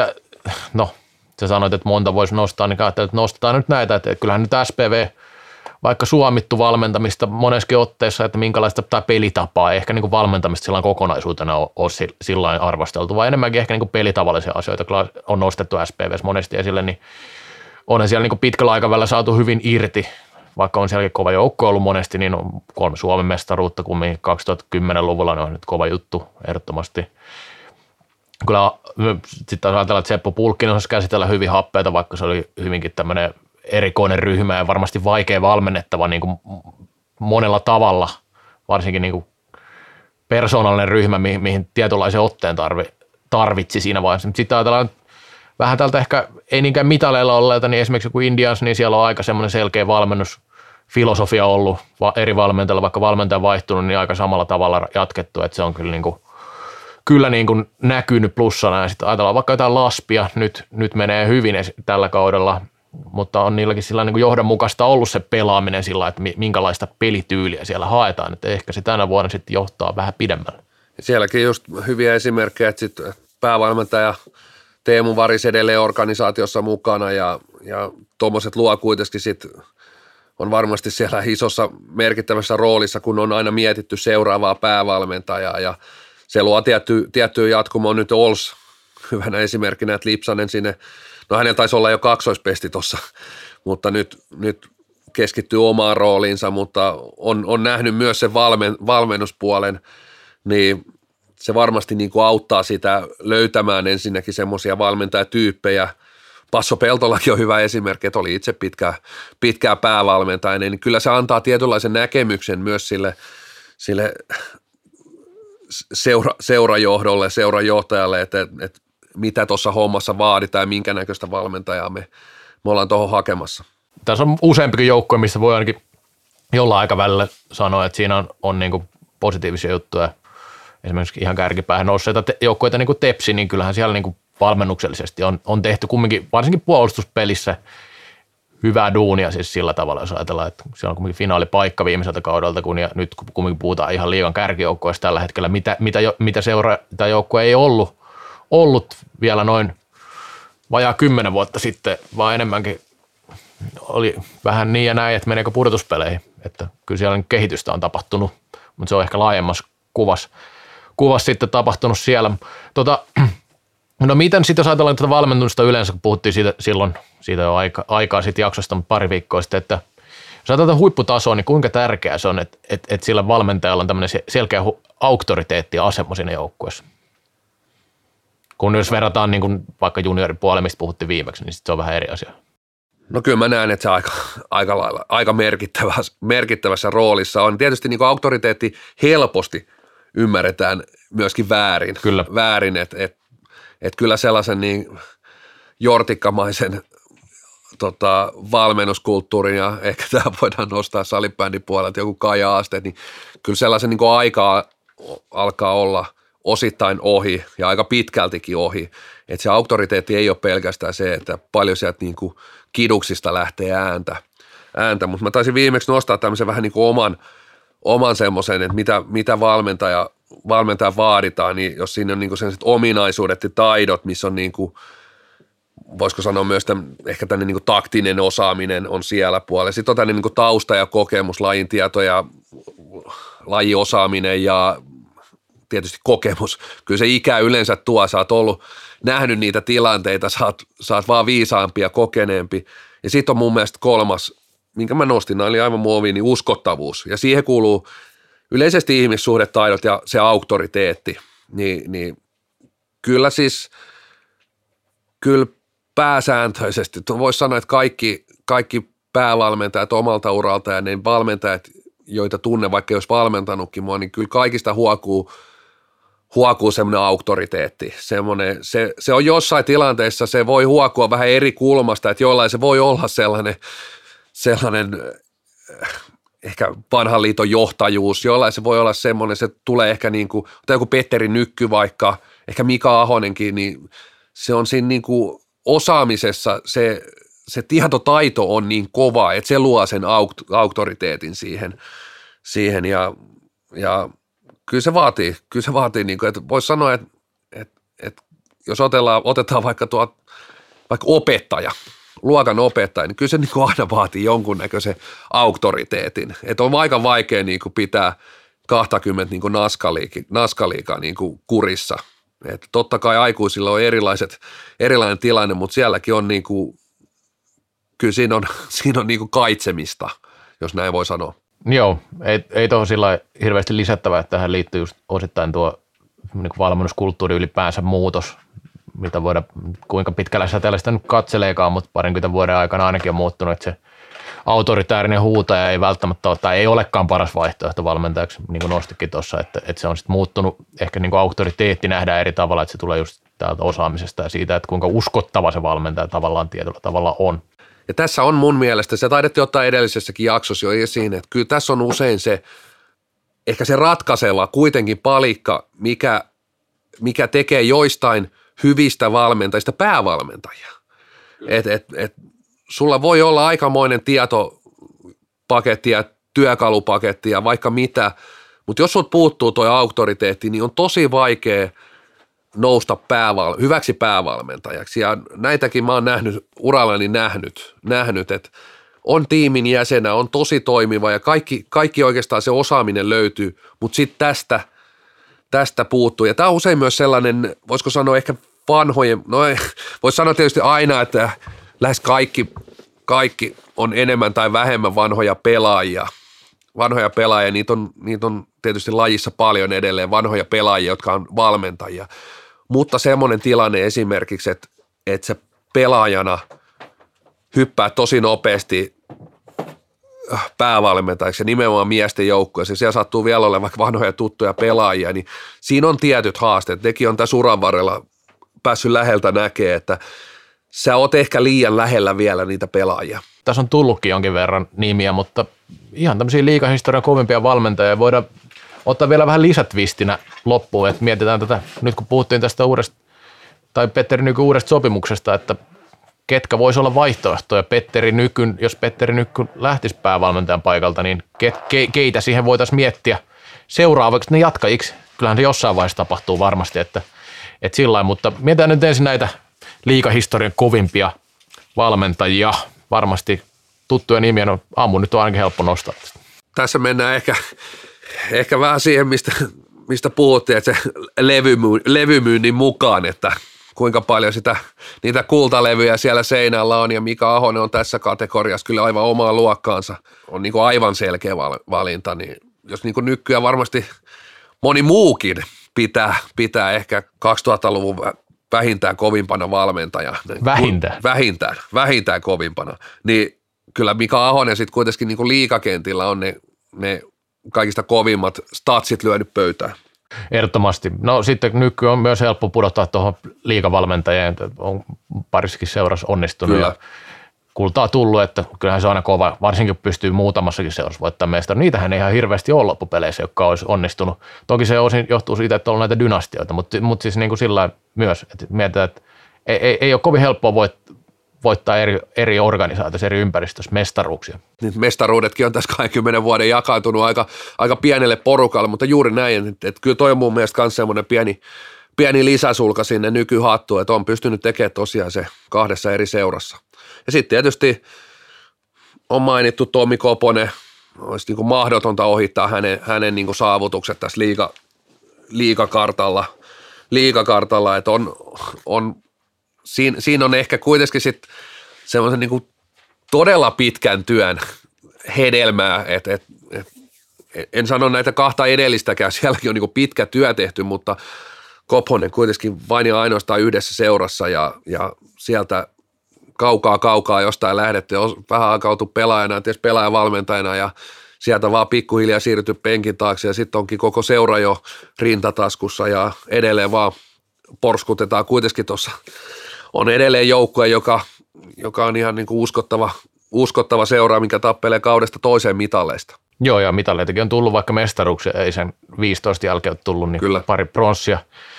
[SPEAKER 2] sä sanoit, että monta voisi nostaa, niin ajattelin, että nostetaan nyt näitä, että kyllähän nyt SPV, vaikka suomittu valmentamista moneskin otteessa, että minkälaista tai pelitapaa, ehkä niin kuin valmentamista sillä kokonaisuutena on sillä arvosteltu, vaan enemmänkin ehkä niin kuin pelitavallisia asioita on nostettu SPVs monesti esille, niin onhan siellä niin kuin pitkällä aikavälillä saatu hyvin irti, vaikka on sielläkin kova joukko ollut monesti, niin on 3 Suomen mestaruutta, kun 2010-luvulla ne on nyt kova juttu ehdottomasti. Kyllä sitten ajatellaan, että Seppo Pulkkinen osasi käsitellä hyvin happeita, vaikka se oli hyvinkin tämmöinen erikoinen ryhmä ja varmasti vaikea valmennettava niin kuin monella tavalla, varsinkin niin kuin persoonallinen ryhmä, mihin tietynlaisen otteen tarvitsi siinä vaiheessa. Sitten ajatellaan vähän tältä ehkä ei niinkään mitaleilla olleita, niin esimerkiksi joku Indians, niin siellä on aika semmoinen selkeä valmennusfilosofia ollut eri valmentajilla, vaikka valmentaja vaihtunut, niin aika samalla tavalla jatkettu, että se on kyllä niin kuin näkynyt plussana. Ja sitten ajatellaan vaikka jotain Laspia, nyt menee hyvin tällä kaudella, mutta on niilläkin sillä niin kuin johdonmukaista ollut se pelaaminen sillä, että minkälaista pelityyliä siellä haetaan, että ehkä se tänä vuonna sitten johtaa vähän pidemmälle.
[SPEAKER 1] Sielläkin just hyviä esimerkkejä, että sitten päävalmentaja Teemu Varis edelleen organisaatiossa mukana ja tuommoiset luo kuitenkin sitten on varmasti siellä isossa merkittävässä roolissa, kun on aina mietitty seuraavaa päävalmentajaa ja se luo tiettyä jatkumoa nyt Ols hyvänä esimerkkinä, että Lipsanen sinne, no hänellä taisi olla jo kaksoispesti tuossa, mutta nyt keskittyy omaan rooliinsa, mutta on nähnyt myös sen valmennuspuolen, niin se varmasti niin kuin auttaa sitä löytämään ensinnäkin semmoisia valmentajatyyppejä. Passo Peltolakin on hyvä esimerkki, että oli itse pitkää päävalmentajana, niin kyllä se antaa tietynlaisen näkemyksen myös sille seurajohdolle, seurajohtajalle, että mitä tuossa hommassa vaaditaan ja minkä näköistä valmentajaa me ollaan tuohon hakemassa.
[SPEAKER 2] Tässä on useampikin joukkue, missä voi ainakin jollain aikavälillä sanoa, että siinä on niin kuin positiivisia juttuja. Esimerkiksi ihan kärkipäähän nousseita joukkueita niin kuin Tepsi, niin kyllähän siellä niin kuin valmennuksellisesti on tehty kumminkin, varsinkin puolustuspelissä, hyvää duunia siis sillä tavalla, jos ajatellaan, että siellä on kumminkin finaalipaikka viimeiseltä kaudelta, ja nyt kumminkin puhutaan ihan liigan kärkijoukkueesta tällä hetkellä, mitä seura tai joukkue ei ollut vielä noin vajaa 10 vuotta sitten, vaan enemmänkin oli vähän niin ja näin, että meneekö pudotuspeleihin, että kyllä siellä kehitystä on tapahtunut, mutta se on ehkä laajemmassa kuvassa sitten tapahtunut siellä. No miten sitten, jos ajatellaan tätä valmennusta yleensä, kun puhuttiin siitä jo aikaa sitten jaksosta, mutta pari viikkoa sitten, että jos ajatellaan huipputasoa, niin kuinka tärkeää se on, että sillä valmentajalla on tämmöinen selkeä auktoriteetti ja asema siinä joukkueessa? Kun jos verrataan niin kuin vaikka junioripuolelle, mistä puhuttiin viimeksi, niin sitten se on vähän eri asia.
[SPEAKER 1] No kyllä mä näen, että se aika merkittävässä roolissa on. Tietysti niin kuin auktoriteetti helposti ymmärretään myöskin väärin.
[SPEAKER 2] Kyllä.
[SPEAKER 1] Väärin, että kyllä sellaisen niin jortikkamaisen valmennuskulttuurin ja ehkä tämä voidaan nostaa salibändin puolelta joku Kaija Aste, niin kyllä sellaisen niin kuin aikaa alkaa olla osittain ohi ja aika pitkältikin ohi. Että se auktoriteetti ei ole pelkästään se, että paljon sieltä niin kuin kiduksista lähtee ääntä. Mutta mä taisin viimeksi nostaa tämmöisen vähän niin kuin oman semmoisen, että mitä valmentaja vaaditaan, niin jos siinä on niin kuin sellaiset ominaisuudet ja taidot, missä on niin kuin, voisiko sanoa myös ehkä tämmöinen niin kuin taktinen osaaminen on siellä puolella. Sitten on tämmöinen niin kuin tausta ja kokemus, lajin tieto ja lajiosaaminen ja tietysti kokemus. Kyllä se ikä yleensä tuo, sä oot nähnyt niitä tilanteita, sä oot vaan viisaampi ja kokeneempi. Ja sitten on mun mielestä kolmas, minkä mä nostin, oli aivan muoviin, niin uskottavuus. Ja siihen kuuluu yleisesti ihmissuhdetaidot ja se auktoriteetti. Niin kyllä siis, kyllä pääsääntöisesti, voisi sanoa, että kaikki päävalmentajat omalta uralta ja ne valmentajat, joita tunnen, vaikka jos valmentanutkin mua, niin kyllä kaikista huokuu semmoinen auktoriteetti. Se on jossain tilanteessa, se voi huokua vähän eri kulmasta, että jollain se voi olla sellainen ehkä vanhan liiton johtajuus, jollain se voi olla semmoinen, se tulee ehkä niin kuin, tai joku Petteri Nykky vaikka, ehkä Mika Ahonenkin, niin se on siinä niin kuin osaamisessa se tietotaito on niin kova, että se luo sen auktoriteetin siihen ja kyllä se vaatii niin kuin, että voisi sanoa, että jos otetaan vaikka opettaja, luokan opettaja, niin kyllä se niin kuin aina vaatii jonkunnäköisen auktoriteetin, että on aika vaikea niin kuin pitää 20 niin kuin naskaliikaa niin kuin kurissa, että totta kai aikuisilla on erilainen tilanne, mutta sielläkin on niin kuin, kyllä siinä on niin kuin kaitsemista, jos näin voi sanoa.
[SPEAKER 2] Joo, ei tuohon sillä hirveästi lisättävää, että tähän liittyy just osittain tuo niin valmennuskulttuuri ylipäänsä muutos, mitä voidaan, kuinka pitkällä säteellä sitä nyt katseleekaan, mutta 20 vuoden aikana ainakin on muuttunut, että se autoritäärinen huutaja ei välttämättä ole, tai ei olekaan paras vaihtoehto valmentajaksi, niin kuin nostikin tuossa, että se on sitten muuttunut, ehkä niin kuin auktoriteetti nähdään eri tavalla, että se tulee just täältä osaamisesta ja siitä, että kuinka uskottava se valmentaja tavallaan tietyllä tavalla on.
[SPEAKER 1] Ja tässä on mun mielestä, se taidettiin ottaa edellisessäkin jaksossa jo esiin, että kyllä tässä on usein ehkä se ratkaiseva kuitenkin palikka, mikä tekee joistain hyvistä valmentajista päävalmentajia. Et sulla voi olla aikamoinen tietopaketti ja työkalupaketti ja vaikka mitä, mutta jos sulta puuttuu tuo auktoriteetti, niin on tosi vaikea nousta hyväksi päävalmentajaksi. Ja näitäkin mä oon urallani nähnyt, että on tiimin jäsenä, on tosi toimiva ja kaikki oikeastaan se osaaminen löytyy, mutta sitten tästä puuttuu. Ja tämä on usein myös sellainen, voisiko sanoa ehkä vanhojen, no voisi sanoa tietysti aina, että lähes kaikki on enemmän tai vähemmän vanhoja pelaajia. Niitä on tietysti lajissa paljon edelleen, vanhoja pelaajia, jotka on valmentajia. Mutta semmoinen tilanne esimerkiksi, että se pelaajana hyppää tosi nopeasti päävalmentajaksi ja nimenomaan miesten joukkueessa, siellä sattuu vielä olemaan vaikka vanhoja tuttuja pelaajia, niin siinä on tietyt haasteet. Nekin on tässä uran varrella päässyt läheltä näkee, että sä oot ehkä liian lähellä vielä niitä pelaajia.
[SPEAKER 2] Tässä on tullutkin jonkin verran nimiä, mutta ihan tämmöisiä liigahistorian kovimpia valmentajia voidaan ottaa vielä vähän lisätvistinä loppuun, että mietitään tätä, nyt kun puhuttiin tästä uudesta, tai Petteri Nykyn uudesta sopimuksesta, että ketkä voisi olla vaihtoehtoja jos Petteri Nyky lähtisi päävalmentajan paikalta, niin keitä siihen voitaisiin miettiä seuraavaksi ne jatkajiksi. Kyllähän se jossain vaiheessa tapahtuu varmasti, että sillä lailla, mutta mietitään nyt ensin näitä liigahistorian kovimpia valmentajia. Varmasti tuttuja nimiä, no Ammu nyt on ainakin helppo nostaa.
[SPEAKER 1] Tässä mennään ehkä vähän siihen, mistä puhuttiin, että se levymyynnin mukaan, että kuinka paljon niitä kultalevyjä siellä seinällä on, ja Mika Ahonen on tässä kategoriassa kyllä aivan omaa luokkaansa. On niin kuin aivan selkeä valinta, niin jos niin kuin nykyään varmasti moni muukin pitää ehkä 2000-luvun vähintään kovimpana valmentaja. Vähintään kovimpana. Niin kyllä Mika Ahonen sitten kuitenkin niin kuin liigakentillä on ne kaikista kovimmat statsit lyönyt pöytään.
[SPEAKER 2] Ehdottomasti. No sitten Nyky on myös helppo pudottaa tuohon liigavalentajien, on parissakin seurassa onnistunut. Kyllä. Ja kultaa tullut, että kyllähän se on aina kova, varsinkin pystyy muutamassakin seurassa voittamaan mestari. Niitähän ei ihan hirveästi ole loppupeleissä, jotka olisi onnistunut. Toki se osin johtuu siitä, että on näitä dynastioita, mutta siis niin kuin sillä myös, että mietitään, että ei ole kovin helppoa voittaa eri organisaatioissa, eri ympäristössä mestaruuksia.
[SPEAKER 1] Niin mestaruudetkin on tässä 20 vuoden jakautunut aika pienelle porukalle, mutta juuri näin, että kyllä toi on mun mielestä myös semmoinen pieni lisäsulka sinne nykyhattuun, että on pystynyt tekemään tosiaan se 2 eri seurassa. Ja sitten tietysti on mainittu Tommi Koponen, olisi niin kuin mahdotonta ohittaa hänen niin kuin saavutukset tässä liigakartalla, että siinä on ehkä kuitenkin sitten semmoisen niin kuin todella pitkän työn hedelmää, että en sano näitä 2 edellistäkään, sielläkin on niin kuin pitkä työ tehty, mutta Koponen kuitenkin vain ja ainoastaan yhdessä seurassa ja sieltä kaukaa jostain lähdetty, vähän aikaa oltu pelaajana, tietysti pelaajavalmentajana ja sieltä vaan pikkuhiljaa siirrytty penkin taakse ja sitten onkin koko seura jo rintataskussa ja edelleen vaan porskutetaan kuitenkin tuossa. On edelleen joukkue, joka on ihan niin kuin uskottava seura, mikä tappelee kaudesta toiseen mitalleista.
[SPEAKER 2] Joo, ja mitalleitakin on tullut, vaikka mestaruuksia ei sen 15 jälkeen ole tullut, niin kyllä. Pari pronssia.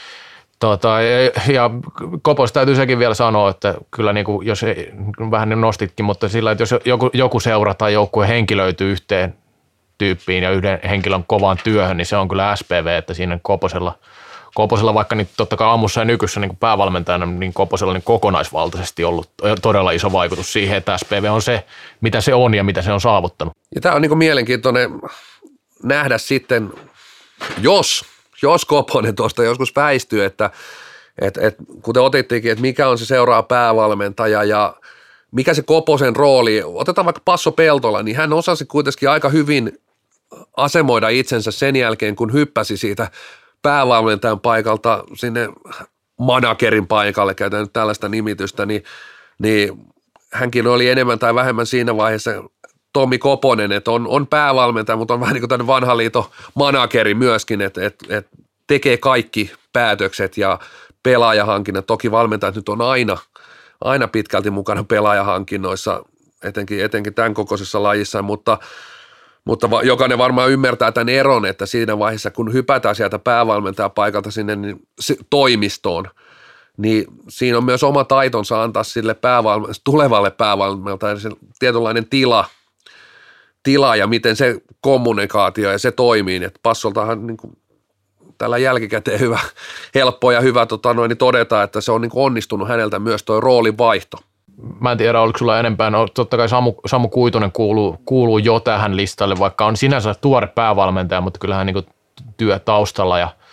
[SPEAKER 2] Ja Kopos täytyy sekin vielä sanoa, että kyllä niin kuin, jos ei, vähän nostitkin, mutta sillä, että jos joku seura tai joukkue henkilöityy yhteen tyyppiin ja yhden henkilön kovaan työhön, niin se on kyllä SPV, että siinä Koposella vaikka niin totta kai Ammussa ja Nykyssä niin päävalmentajana, niin Koposella niin kokonaisvaltaisesti ollut todella iso vaikutus siihen, että SPV on se, mitä se on ja mitä se on saavuttanut.
[SPEAKER 1] Ja tämä on niin kuin mielenkiintoinen nähdä sitten, jos Koponen tuosta joskus väistyy, että kuten otittiinkin, että mikä on se seuraava päävalmentaja ja mikä se Koposen rooli, otetaan vaikka Passo Peltola, niin hän osasi kuitenkin aika hyvin asemoida itsensä sen jälkeen, kun hyppäsi siitä päävalmentajan paikalta sinne managerin paikalle, käytän nyt tällaista nimitystä, niin hänkin oli enemmän tai vähemmän siinä vaiheessa Tommi Koponen, että on päävalmentaja, mutta on vähän niin kuin tämmöinen vanhan liiton manageri myöskin, että tekee kaikki päätökset ja pelaajahankinnat. Toki valmentajat nyt on aina pitkälti mukana pelaajahankinnoissa, etenkin tämän kokoisessa lajissa, mutta jokainen varmaan ymmärtää tämän eron, että siinä vaiheessa, kun hypätään sieltä päävalmentajapaikalta sinne toimistoon, niin siinä on myös oma taitonsa antaa sille tulevalle päävalmentajalle se tietynlainen tila ja miten se kommunikaatio ja se toimii. Että Passoltahan niin kuin tällä jälkikäteen helppo ja hyvä niin todeta, että se on niin kuin onnistunut häneltä myös tuo roolin vaihto.
[SPEAKER 2] Mä en tiedä, oliko sulla enempää. No, totta kai Samu Kuitunen kuuluu jo tähän listalle, vaikka on sinänsä tuore päävalmentaja, mutta kyllähän niin kuin työ taustalla ja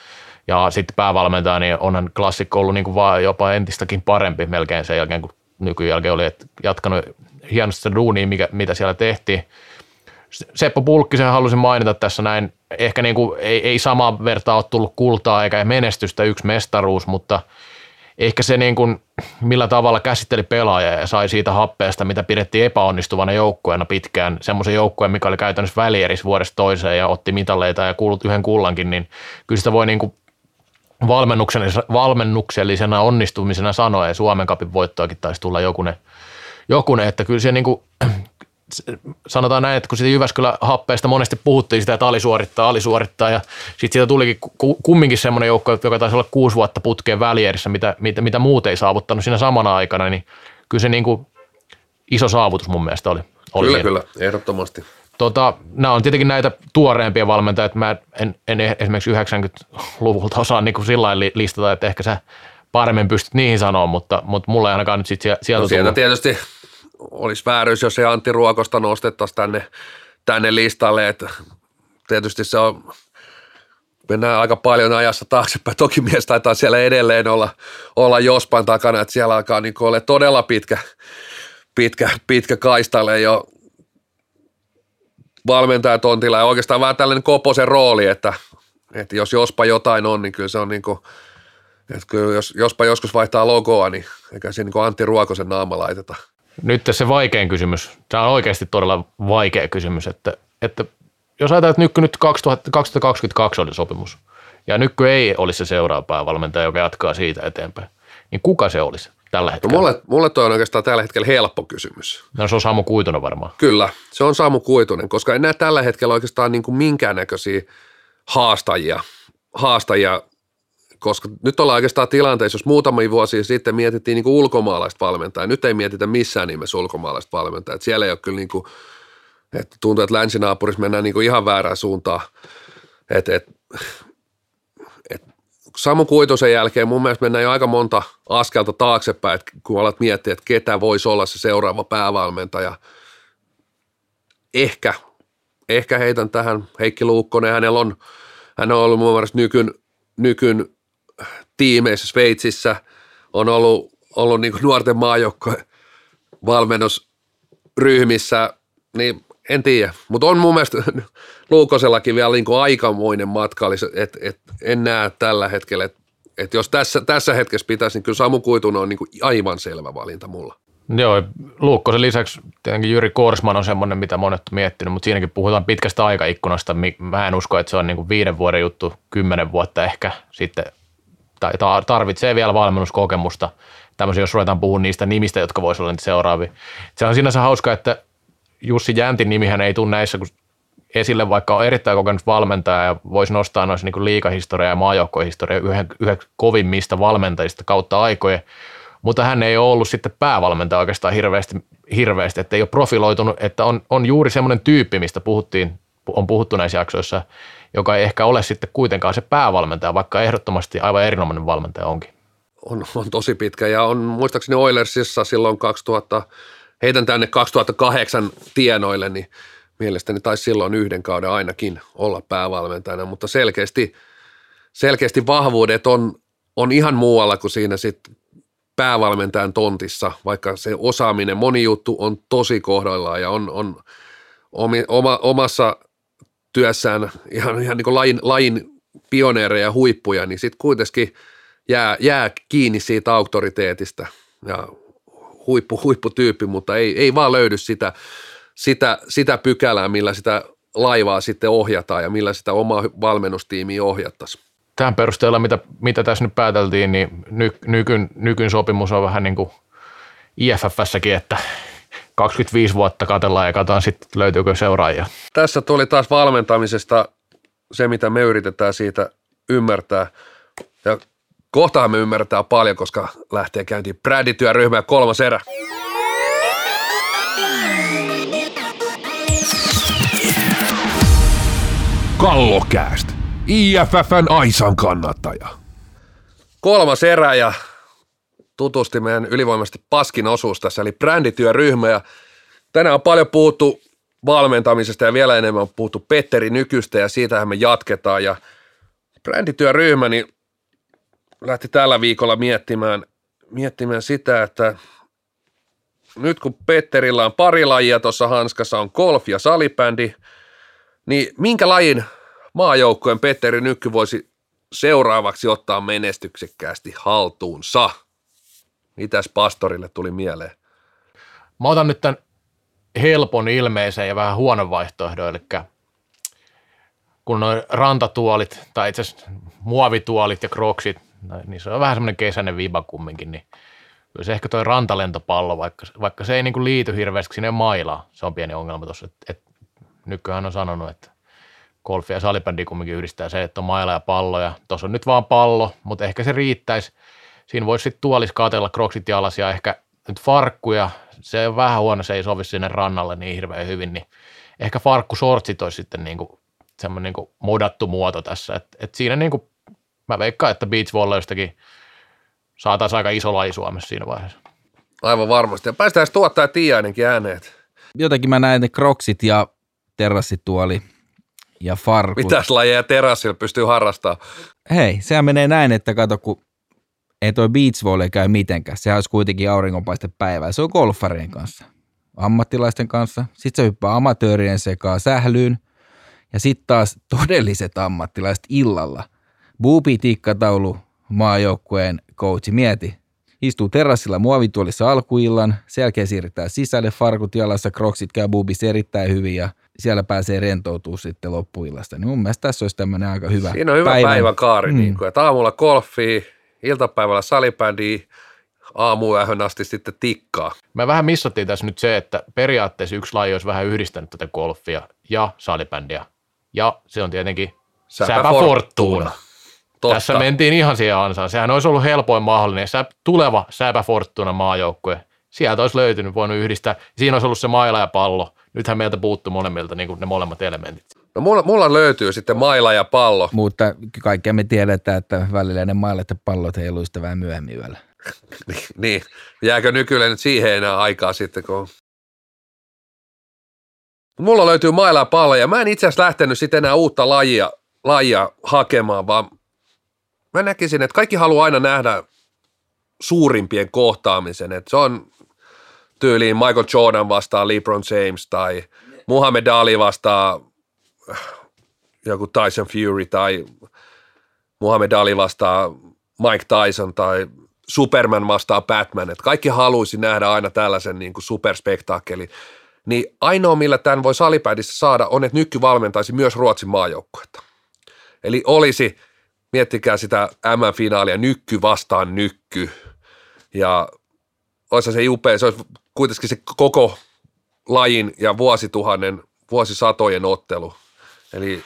[SPEAKER 2] Ja sitten päävalmentaja, niin onhan Klassikko ollut niin kuin vaan jopa entistäkin parempi melkein sen jälkeen, kun nykyjälkeen oli jatkanut hienosti duunia, mitä siellä tehtiin. Seppo Pulkkisen halusin mainita tässä näin. Ehkä niin kuin ei samaan vertaan ole tullut kultaa eikä menestystä, yksi mestaruus, mutta ehkä se niin kuin, millä tavalla käsitteli pelaajaa ja sai siitä happeesta, mitä pidettiin epäonnistuvana joukkueena pitkään, semmoisen joukkueen, mikä oli käytännössä välierissä vuodesta toiseen ja otti mitaleita ja yhden kullankin, niin kyllä sitä voi niin kuin valmennuksellisena onnistumisena sanoa, ja Suomen Cupin voittoakin taisi tulla jokunen, että kyllä se niin kuin, sanotaan näin, että kun siitä Jyväskylän happeesta monesti puhuttiin sitä, että alisuorittaa, ja sitten siitä tulikin kumminkin semmoinen joukko, joka taisi olla 6 vuotta putkeen välierissä, mitä muut ei saavuttanut siinä samana aikana, niin kyllä se niin kuin iso saavutus mun mielestä oli.
[SPEAKER 1] Kyllä, ehdottomasti.
[SPEAKER 2] Nämä on tietenkin näitä tuoreempia valmentajia, että mä en esimerkiksi 90-luvulta osaa niin kuin sillä lailla listata, että ehkä sä paremmin pystyt niihin sanoa, mutta mulla ei ainakaan nyt sitten sieltä
[SPEAKER 1] sieltä tietysti olisi vääryys, jos ei Antti Ruokosta nostettaisi tänne listalle, että tietysti se on, mennään aika paljon ajassa taaksepäin, toki mies taitaa siellä edelleen olla Jospan takana, että siellä alkaa niin olla todella pitkä kaistalle jo valmentajatontilla ja oikeastaan vähän tällainen Koposen rooli, että jos Jospa jotain on, niin kyllä se on niin kuin, että kyllä jos Jospa joskus vaihtaa logoa, niin eikä siinä niin kuin Antti Ruokosen naama laiteta.
[SPEAKER 2] Nyt se vaikein kysymys, tämä on oikeasti todella vaikea kysymys, että jos ajatellaan, että Nykky nyt 2022 oli sopimus, ja Nykky ei olisi se seuraava päävalmentaja, joka jatkaa siitä eteenpäin, niin kuka se olisi tällä hetkellä?
[SPEAKER 1] No mulle toi on oikeastaan tällä hetkellä helppo kysymys.
[SPEAKER 2] No se on Samu Kuitunen varmaan.
[SPEAKER 1] Kyllä, se on Samu Kuitunen, koska en näe tällä hetkellä oikeastaan niin kuin minkäännäköisiä haastajia, koska nyt ollaan oikeastaan tilanteessa, jos muutamia vuosia sitten mietittiin niin kuin ulkomaalaista valmentajaa, nyt ei mietitä missään nimessä ulkomaalaista valmentajaa, että siellä ei ole kyllä niin kuin, että tuntuu, että länsinaapurissa mennään niin kuin ihan väärään suuntaan, että Samu Kuitusen jälkeen mun mielestä mennään jo aika monta askelta taaksepäin, että kun alat miettiä, että ketä voisi olla se seuraava päävalmentaja. Ehkä heitän tähän Heikki Luukkonen, hän on ollut mun mielestä nykyn tiimeissä Sveitsissä, on ollut niin kuin nuorten maajoukkojen valmennusryhmissä, niin en tiedä, mutta on mun mielestä Luukosellakin vielä niin kuin aikamoinen matka, että en näe tällä hetkellä, että jos tässä hetkessä pitäisi, niin kyllä Samu Kuitunen on niin kuin aivan selvä valinta mulla.
[SPEAKER 2] Joo, Luukkosen lisäksi tietenkin Jyri Korsman on semmoinen, mitä monet on miettinyt, mutta siinäkin puhutaan pitkästä aikaikkunasta. Mä en usko, että se on niin kuin 5 vuoden juttu, 10 vuotta ehkä sitten, tai tarvitsee vielä valmennuskokemusta. Tämmöisiä, jos ruvetaan puhumaan niistä nimistä, jotka voisivat olla niitä seuraavia. Se on sinänsä hauska, että Jussi Jäntin nimihän ei tule näissä esille, vaikka on erittäin kokenut valmentaja ja voisi nostaa noissa niin kuin liigahistoria ja maajoukkohistoria yhden kovimmista valmentajista kautta aikojen, mutta hän ei ole ollut sitten päävalmentaja oikeastaan hirveästi, että ei ole profiloitunut, että on juuri semmoinen tyyppi, mistä on puhuttu näissä jaksoissa, joka ei ehkä ole sitten kuitenkaan se päävalmentaja, vaikka ehdottomasti aivan erinomainen valmentaja onkin.
[SPEAKER 1] On tosi pitkä ja on muistaakseni Oilersissa silloin heitän tänne 2008 tienoille, niin mielestäni taisi silloin 1 kauden ainakin olla päävalmentajana, mutta selkeästi vahvuudet on ihan muualla kuin siinä sitten päävalmentajan tontissa, vaikka se osaaminen, moni juttu on tosi kohdallaan ja on omassa työssään ihan niin kuin lajin pioneereja ja huippuja, niin sitten kuitenkin jää kiinni siitä auktoriteetista ja huipputyyppi, mutta ei vaan löydy sitä pykälää, millä sitä laivaa sitten ohjataan ja millä sitä omaa valmennustiimiä ohjattaisiin.
[SPEAKER 2] Tähän perusteella, mitä tässä nyt pääteltiin, niin nykyn sopimus on vähän niin kuin IFF:ssäkin, että 25 vuotta katsellaan ja katsotaan sitten löytyykö seuraajia. Tässä
[SPEAKER 1] tuli taas valmentamisesta se, mitä me yritetään siitä ymmärtää. Ja kohtahan me ymmärretään paljon, koska lähtee käyntiin Brändi-työryhmä ja 3. erä.
[SPEAKER 3] Kallokääst, IFF:n Aisan kannattaja.
[SPEAKER 1] 3. erä ja tutusti meidän ylivoimaisesti paskin osuus tässä, eli Brändityöryhmä. Ja tänään on paljon puhuttu valmentamisesta ja vielä enemmän on puhuttu Petteri Nykystä ja siitähän me jatketaan. Ja Brändityöryhmä, niin lähti tällä viikolla miettimään sitä, että nyt kun Petterillä on pari lajia tuossa hanskassa, on golf ja salibändi, niin minkä lajin maajoukkueen Petteri Nykky voisi seuraavaksi ottaa menestyksekkäästi haltuunsa? Mitäs pastorille tuli mieleen?
[SPEAKER 2] Mä otan nyt tämän helpon, ilmeisen ja vähän huonon vaihtoehdon, eli kun nuo rantatuolit, tai itse asiassa muovituolit ja kroksit, niin se on vähän semmoinen kesäinen viba kumminkin, niin kyllä se ehkä toi rantalentopallo, vaikka se ei niin kuin liity hirveästi sinne mailaan, se on pieni ongelma tuossa, että Nykkyhän on sanonut, että golfi ja salibändi kumminkin yhdistää se, että on maila ja pallo, ja tuossa on nyt vaan pallo, mutta ehkä se riittäisi. Siinä voisi sitten tuolis katella kroksit jalas ja ehkä nyt farkkuja, se on vähän huono, se ei sovi sinne rannalle niin hirveän hyvin, niin ehkä farkkusortsit olisi sitten niinku semmoinen niinku modattu muoto tässä, että siinä niinku, mä veikkaan, että beachvolleyistakin saataisiin aika iso laji Suomessa siinä vaiheessa.
[SPEAKER 1] Aivan varmasti, ja päästään tuottaa Tiiainenkin ääneen.
[SPEAKER 4] Jotenkin mä näen ne kroksit ja terassituoli ja farkut.
[SPEAKER 1] Mitäs lajeja terassilla pystyy harrastamaan?
[SPEAKER 4] Hei, sehän menee näin, että kato, kun ei toi beach volley käy mitenkään. Sehän olisi kuitenkin auringonpaistepäivää. Se on golfarien kanssa, ammattilaisten kanssa. Sitten se hyppää amatöörien sekaan sählyyn. Ja sitten taas todelliset ammattilaiset illalla. Buupi-tikkataulu, maajoukkueen coachi, mieti. Istuu terassilla muovituolissa alkuillan, sen jälkeen siirrytään sisälle, farkut jalassa, kroksit käy buubissa erittäin hyvin ja siellä pääsee rentoutumaan sitten loppuillasta. Niin mun mielestä tässä olisi tämmöinen aika hyvä
[SPEAKER 1] Siinä on hyvä päivänkaari, niin kuin, että aamulla golfia, iltapäivällä salibändiä, aamuyöhön asti sitten tikkaa.
[SPEAKER 2] Me vähän missattiin tässä nyt se, että periaatteessa yksi laji olisi vähän yhdistänyt tätä golfia ja salibändiä. Ja se on tietenkin Säpä Fortuna.
[SPEAKER 1] Totta.
[SPEAKER 2] Tässä mentiin ihan siihen ansaan. Sehän olisi ollut helpoin mahdollinen. Tuleva Säpä Fortuna maajoukkue. Sieltä olisi löytynyt, voinut yhdistää. Siinä olisi ollut se maila ja pallo. Nythän meiltä puuttuu molemmilta niin kuin ne molemmat elementit.
[SPEAKER 1] No mulla löytyy sitten maila ja pallo.
[SPEAKER 4] Mutta kaikkea me tiedetään, että välillä ne mailat ja pallot heiluista vähän myöhemmin yöllä.
[SPEAKER 1] Niin, jääkö nykyään nyt siihen enää aikaa sitten, kun mulla löytyy maila ja pallo, ja mä en itse asiassa lähtenyt sitten enää uutta lajia hakemaan, vaan mä näkisin, että kaikki haluaa aina nähdä suurimpien kohtaamisen, että se on tyyliin Michael Jordan vastaan LeBron James tai Muhammad Ali vastaan joku Tyson Fury tai Muhammad Ali vastaan Mike Tyson tai Superman vastaan Batman, että kaikki haluaisi nähdä aina tällaisen niin kuin superspektaakkelin. Niin ainoa, millä tämän voi salibändissä saada, on, että Nykky valmentaisi myös Ruotsin maajoukkuetta. Eli olisi, miettikää sitä M-finaalia, Nykky vastaan Nykky. Ja olisi se upea, se olisi kuitenkin se koko lajin ja vuosisatojen ottelu. Eli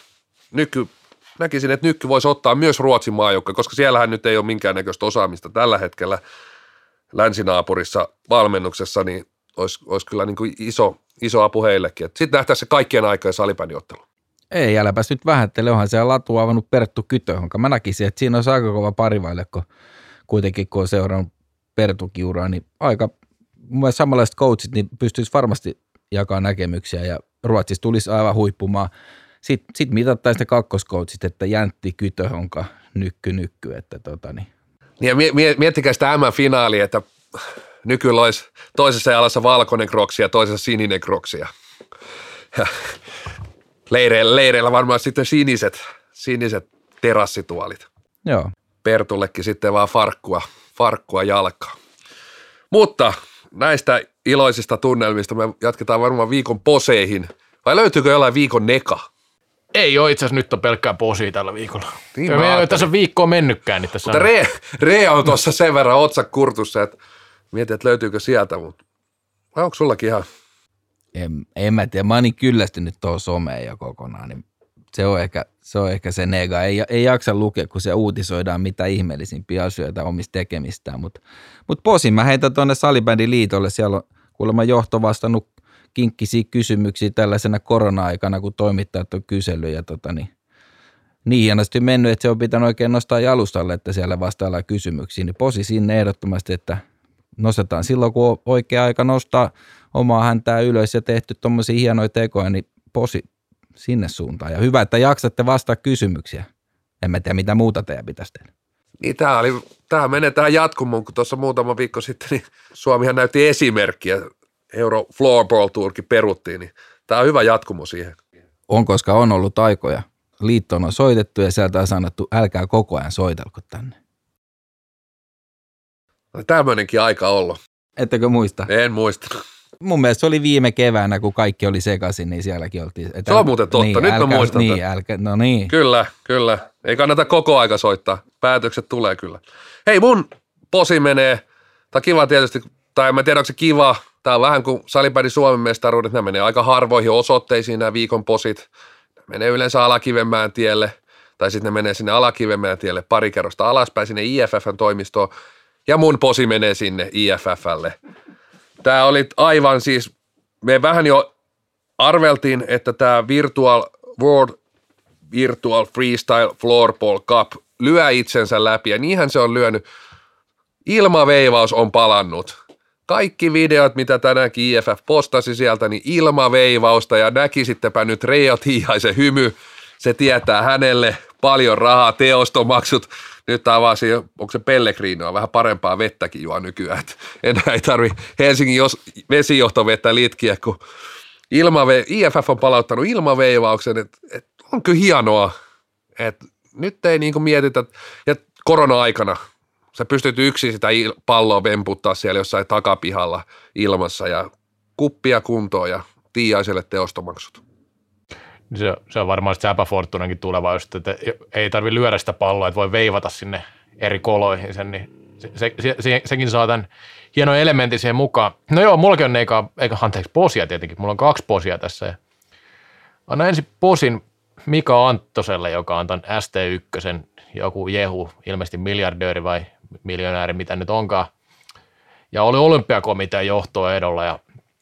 [SPEAKER 1] näkisin, että Nykky voisi ottaa myös Ruotsin maajoukkueen, koska siellähän nyt ei ole minkäännäköistä osaamista tällä hetkellä länsinaapurissa valmennuksessa, niin olisi kyllä niin kuin iso apu heillekin. Sitten nähtäisiin se kaikkien aikojen salibändiottelu.
[SPEAKER 4] Ei, äläpäs nyt vähättele, onhan siellä latua avannut Perttu Kytö, jonka mä näkisin, että siinä olisi aika kova parivaille, kun kuitenkin kun on seurannut Pertukiuraa, niin aika, mun mielestä samanlaiset coachit, niin pystyisi varmasti jakaa näkemyksiä ja Ruotsissa tulisi aivan huippumaan. Sitten mitattaisiin ne kakkoskoutsit, että Jäntti, Kytö, onka nykky, että niin.
[SPEAKER 1] Ja miettikää sitä M-finaalia, että Nykyllä olisi toisessa jalassa valkoinen kroksi ja toisessa sininen kroksi. Ja leireillä varmaan sitten siniset terassituolit.
[SPEAKER 4] Joo.
[SPEAKER 1] Pertullekin sitten vaan farkkua jalkaa. Mutta näistä iloisista tunnelmista me jatketaan varmaan viikon poseihin. Vai löytyykö jollain viikon neka?
[SPEAKER 2] Ei ole itse asiassa, nyt on pelkkää posia tällä viikolla.
[SPEAKER 1] Niin
[SPEAKER 2] me ei tässä viikkoa mennytkään. Niin tässä
[SPEAKER 1] mutta Rea on tuossa sen verran otsakurtussa, että mietin, että löytyykö sieltä, mutta vai onko sullakin ihan?
[SPEAKER 4] En mä tiedä, mä oon niin kyllästynyt tuohon someen jo kokonaan, niin se on ehkä se nega. Ei jaksa lukea, kun se uutisoidaan mitä ihmeellisimpiä asioita omista tekemistään, mutta posin mä heitän tuonne Salibändiliitolle, siellä on kuulemma johto vastannut kinkkisiä kysymyksiä tällaisena korona-aikana, kun toimittajat on kysellyt ja niin hienosti mennyt, että se on pitänyt oikein nostaa jalustalle, että siellä vastaillaan kysymyksiin, niin posi sinne ehdottomasti, että nostetaan silloin, kun on oikea aika nostaa omaa häntää ylös ja tehty tuommoisia hienoja tekoja, niin posi sinne suuntaan. Ja hyvä, että jaksatte vastaa kysymyksiä. En mä tiedä, mitä muuta teidän pitäisi tehdä.
[SPEAKER 1] Niin tämä menee tähän jatkumoon, kun tuossa muutama viikko sitten niin Suomihan näytti esimerkkiä, Euro Floorball Tourkin peruttiin, niin tämä on hyvä jatkumo siihen.
[SPEAKER 4] On, koska on ollut aikoja. Liittoon on soitettu ja sieltä on sanottu, älkää koko ajan soitelko tänne.
[SPEAKER 1] Tämmöinenkin aika ollut.
[SPEAKER 4] Ettekö muista?
[SPEAKER 1] En muista.
[SPEAKER 4] Mun mielestä se oli viime keväänä, kun kaikki oli sekaisin, niin sielläkin oltiin.
[SPEAKER 1] Se on muuten totta, niin, nyt mä muistan.
[SPEAKER 4] No niin.
[SPEAKER 1] Kyllä. Ei kannata koko aika soittaa. Päätökset tulee kyllä. Hei, mun posi menee, tai kiva tietysti, tai en tiedä, onko se kiva. Tää on vähän kuin Salipädin Suomen mestaruudet, nämä menee aika harvoihin osoitteisiin nämä viikon posit. Ne menee yleensä Alakivenmäen tielle, tai sitten ne menee sinne Alakivenmäen tielle pari kerrosta alaspäin sinne IFFn toimistoon, ja mun posi menee sinne IFFlle. Tämä oli aivan siis, me vähän jo arveltiin, että tämä World Virtual Freestyle Floorball Cup lyö itsensä läpi, ja niinhän se on lyönyt. Ilmaveivaus on palannut. Kaikki videot, mitä tänäänkin IFF postasi sieltä, niin ilmaveivausta, ja näkisittepä nyt Reijo Tiihaisen hymy, se tietää hänelle paljon rahaa, teostomaksut. Nyt avasi, onko se Pellegrinoa, vähän parempaa vettäkin juo nykyään. Enää ei tarvitse Helsingin vesijohtovettä litkiä, kun IFF on palauttanut ilmaveivauksen, että on kyllä hienoa, että nyt ei niinku mietitä, ja korona-aikana sä pystyt yksin sitä palloa vemputtaa siellä jossain takapihalla ilmassa ja kuppia kuntoon ja Tiiaiselle teostomaksut.
[SPEAKER 2] Se on varmaan sitten Säpäfortunankin tulevaisuus, että ei tarvitse lyödä sitä palloa, että voi veivata sinne eri koloihin sen, niin sekin saa tämän hienon elementin siihen mukaan. No joo, mullakin on posia tietenkin, mulla on 2 posia tässä. Anna ensin posin Mika Anttoselle, joka on tämän ST1, joku jehu, ilmeisesti miljardööri vai miljonääri, mitä nyt onkaan, ja oli olympiakomitean johtoa edolla, ja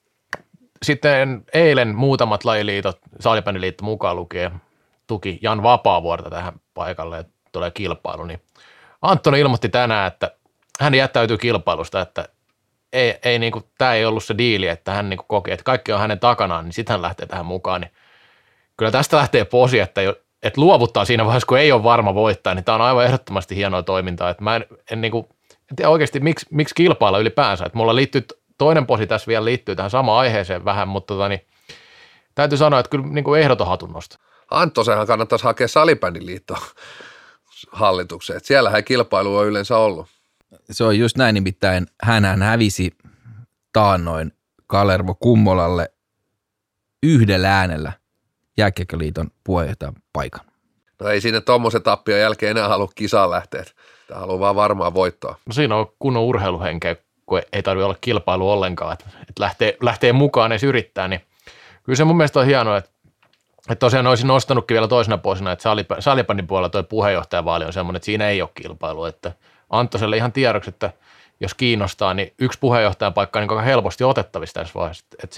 [SPEAKER 2] sitten eilen muutamat lajiliitot, Salibändiliitto mukaan lukien, tuki Jan Vapaavuorta tähän paikalle, että tulee kilpailu, niin Anttonen ilmoitti tänään, että hän jättäytyy kilpailusta, että ei niinku, tämä ei ollut se diili, että hän niinku koki, että kaikki on hänen takanaan, niin sitten hän lähtee tähän mukaan, niin kyllä tästä lähtee posi, että luovuttaa siinä vaiheessa, kun ei ole varma voittaa, niin tämä on aivan ehdottomasti hienoa toimintaa, että mä en tiedä oikeasti, miksi kilpailla ylipäänsä, että mulla liittyy toinen posi tässä vielä liittyy tähän samaan aiheeseen vähän, mutta täytyy sanoa, että kyllä niin kuin ehdoton hatunnosto.
[SPEAKER 1] Anttosenhan kannattaisi hakea Salibändiliittoon hallitukseen, että siellähän kilpailu on yleensä ollut.
[SPEAKER 4] Se on just näin, nimittäin hänhän hävisi taannoin Kalervo Kummolalle 1 äänellä Jääkiekkoliiton puheenjohtajan paikan.
[SPEAKER 1] No ei sinne tommoisen tappion jälkeen enää halua kisaan lähteä, tämä haluaa vaan varmaan voittaa.
[SPEAKER 2] No siinä on kunnon urheiluhenkeä, kun ei tarvitse olla kilpailu ollenkaan, että lähtee mukaan edes yrittää, niin kyllä se mun mielestä on hienoa, että tosiaan olisin nostanutkin vielä toisena posina, että Salibändin puolella toi puheenjohtajavaali on semmoinen, että siinä ei ole kilpailu, että Anttoselle ihan tiedoksi, että jos kiinnostaa, niin 1 puheenjohtajan paikka on niin aika helposti otettavissa tässä vaiheessa, että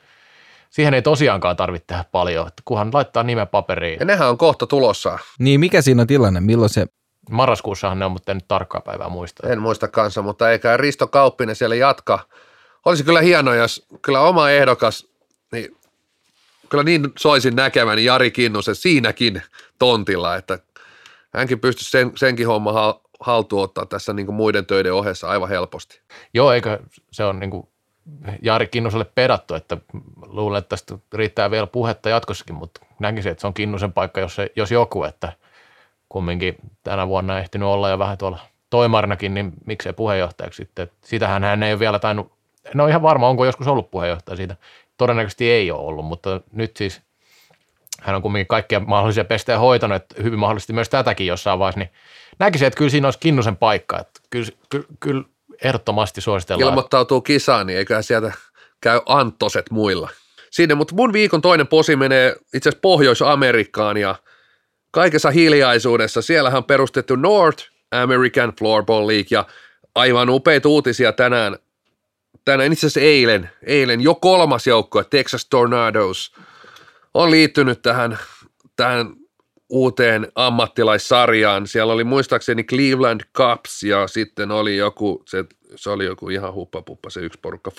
[SPEAKER 2] siihen ei tosiaankaan tarvitse tehdä paljon, että kunhan laittaa nimen paperiin.
[SPEAKER 1] Ja nehän on kohta tulossa.
[SPEAKER 4] Niin, mikä siinä on tilanne, milloin se?
[SPEAKER 2] Marraskuussahan ne on, mutta en nyt tarkkaa päivää muista.
[SPEAKER 1] En muista kanssa, mutta eikä Risto Kauppinen siellä jatka. Olisi kyllä hienoa, jos kyllä oma ehdokas, niin kyllä niin soisin näkeväni Jari Kinnusen siinäkin tontilla, että hänkin pystyisi senkin homman haltuun ottaa tässä niin kuin muiden töiden ohessa aivan helposti.
[SPEAKER 2] Joo, eikö se on niin kuin Jari Kinnuselle pedattu, että luulen, että tästä riittää vielä puhetta jatkossakin, mutta näkisin, että se on Kinnusen paikka, jos joku, että kumminkin tänä vuonna ehtinyt olla jo vähän tuolla toimarinakin, niin miksei puheenjohtajaksi sitten. Että sitähän hän ei ole vielä tainnut, en ole ihan varma, onko joskus ollut puheenjohtaja siitä. Todennäköisesti ei ole ollut, mutta nyt siis hän on kumminkin kaikkia mahdollisia pestejä hoitanut, että hyvin mahdollisesti myös tätäkin jossain vaiheessa, niin näkisin, että kyllä siinä olisi Kinnusen paikka, että kyllä ehdottomasti suositellaan.
[SPEAKER 1] Ilmoittautuu kisaan, niin eiköhän sieltä käy Anttoset muilla. Sinne, mutta mun viikon toinen posi menee itse asiassa Pohjois-Amerikkaan ja kaikessa hiljaisuudessa. Siellähän on perustettu North American Floorball League ja aivan upeita uutisia tänään itse asiassa eilen jo 3. joukkue, Texas Tornadoes, on liittynyt tähän uuteen ammattilaissarjaan. Siellä oli muistaakseni Cleveland Cubs ja sitten oli joku, se oli joku ihan huppapuppa se yksi porukka,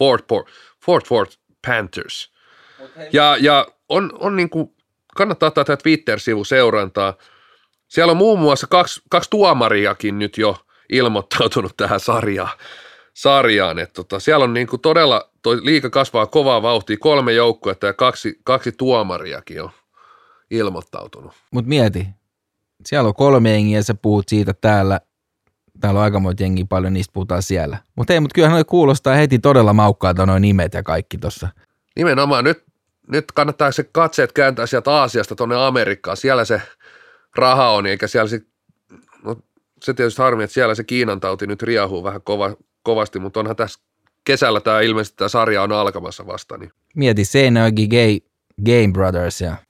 [SPEAKER 1] Fort Worth Panthers. Ja on niin kuin, kannattaa ottaa tätä Twitter-sivu seurantaa. Siellä on muun muassa kaksi tuomariakin nyt jo ilmoittautunut tähän sarjaan. Että siellä on niinku todella, toi liiga kasvaa kovaa vauhtia, 3 joukkuetta ja kaksi tuomariakin on ilmoittautunut.
[SPEAKER 4] Mut mieti, siellä on 3 jengiä, sä puhut siitä täällä on aikamoita jengiä paljon, niistä puhutaan siellä. Mutta kyllähän noi kuulostaa heti todella maukkaalta noi nimet ja kaikki tossa.
[SPEAKER 1] Nimenomaan, nyt kannattaa se katseet kääntää sieltä Aasiasta tuonne Amerikkaan, siellä se raha on, eikä siellä se tietysti harmi, että siellä se Kiinan tauti nyt riahuu vähän kovasti, mutta onhan tässä kesällä ilmeisesti tämä sarja on alkamassa vasta. Niin.
[SPEAKER 4] Mieti Seinäjoki Game Brothers ja...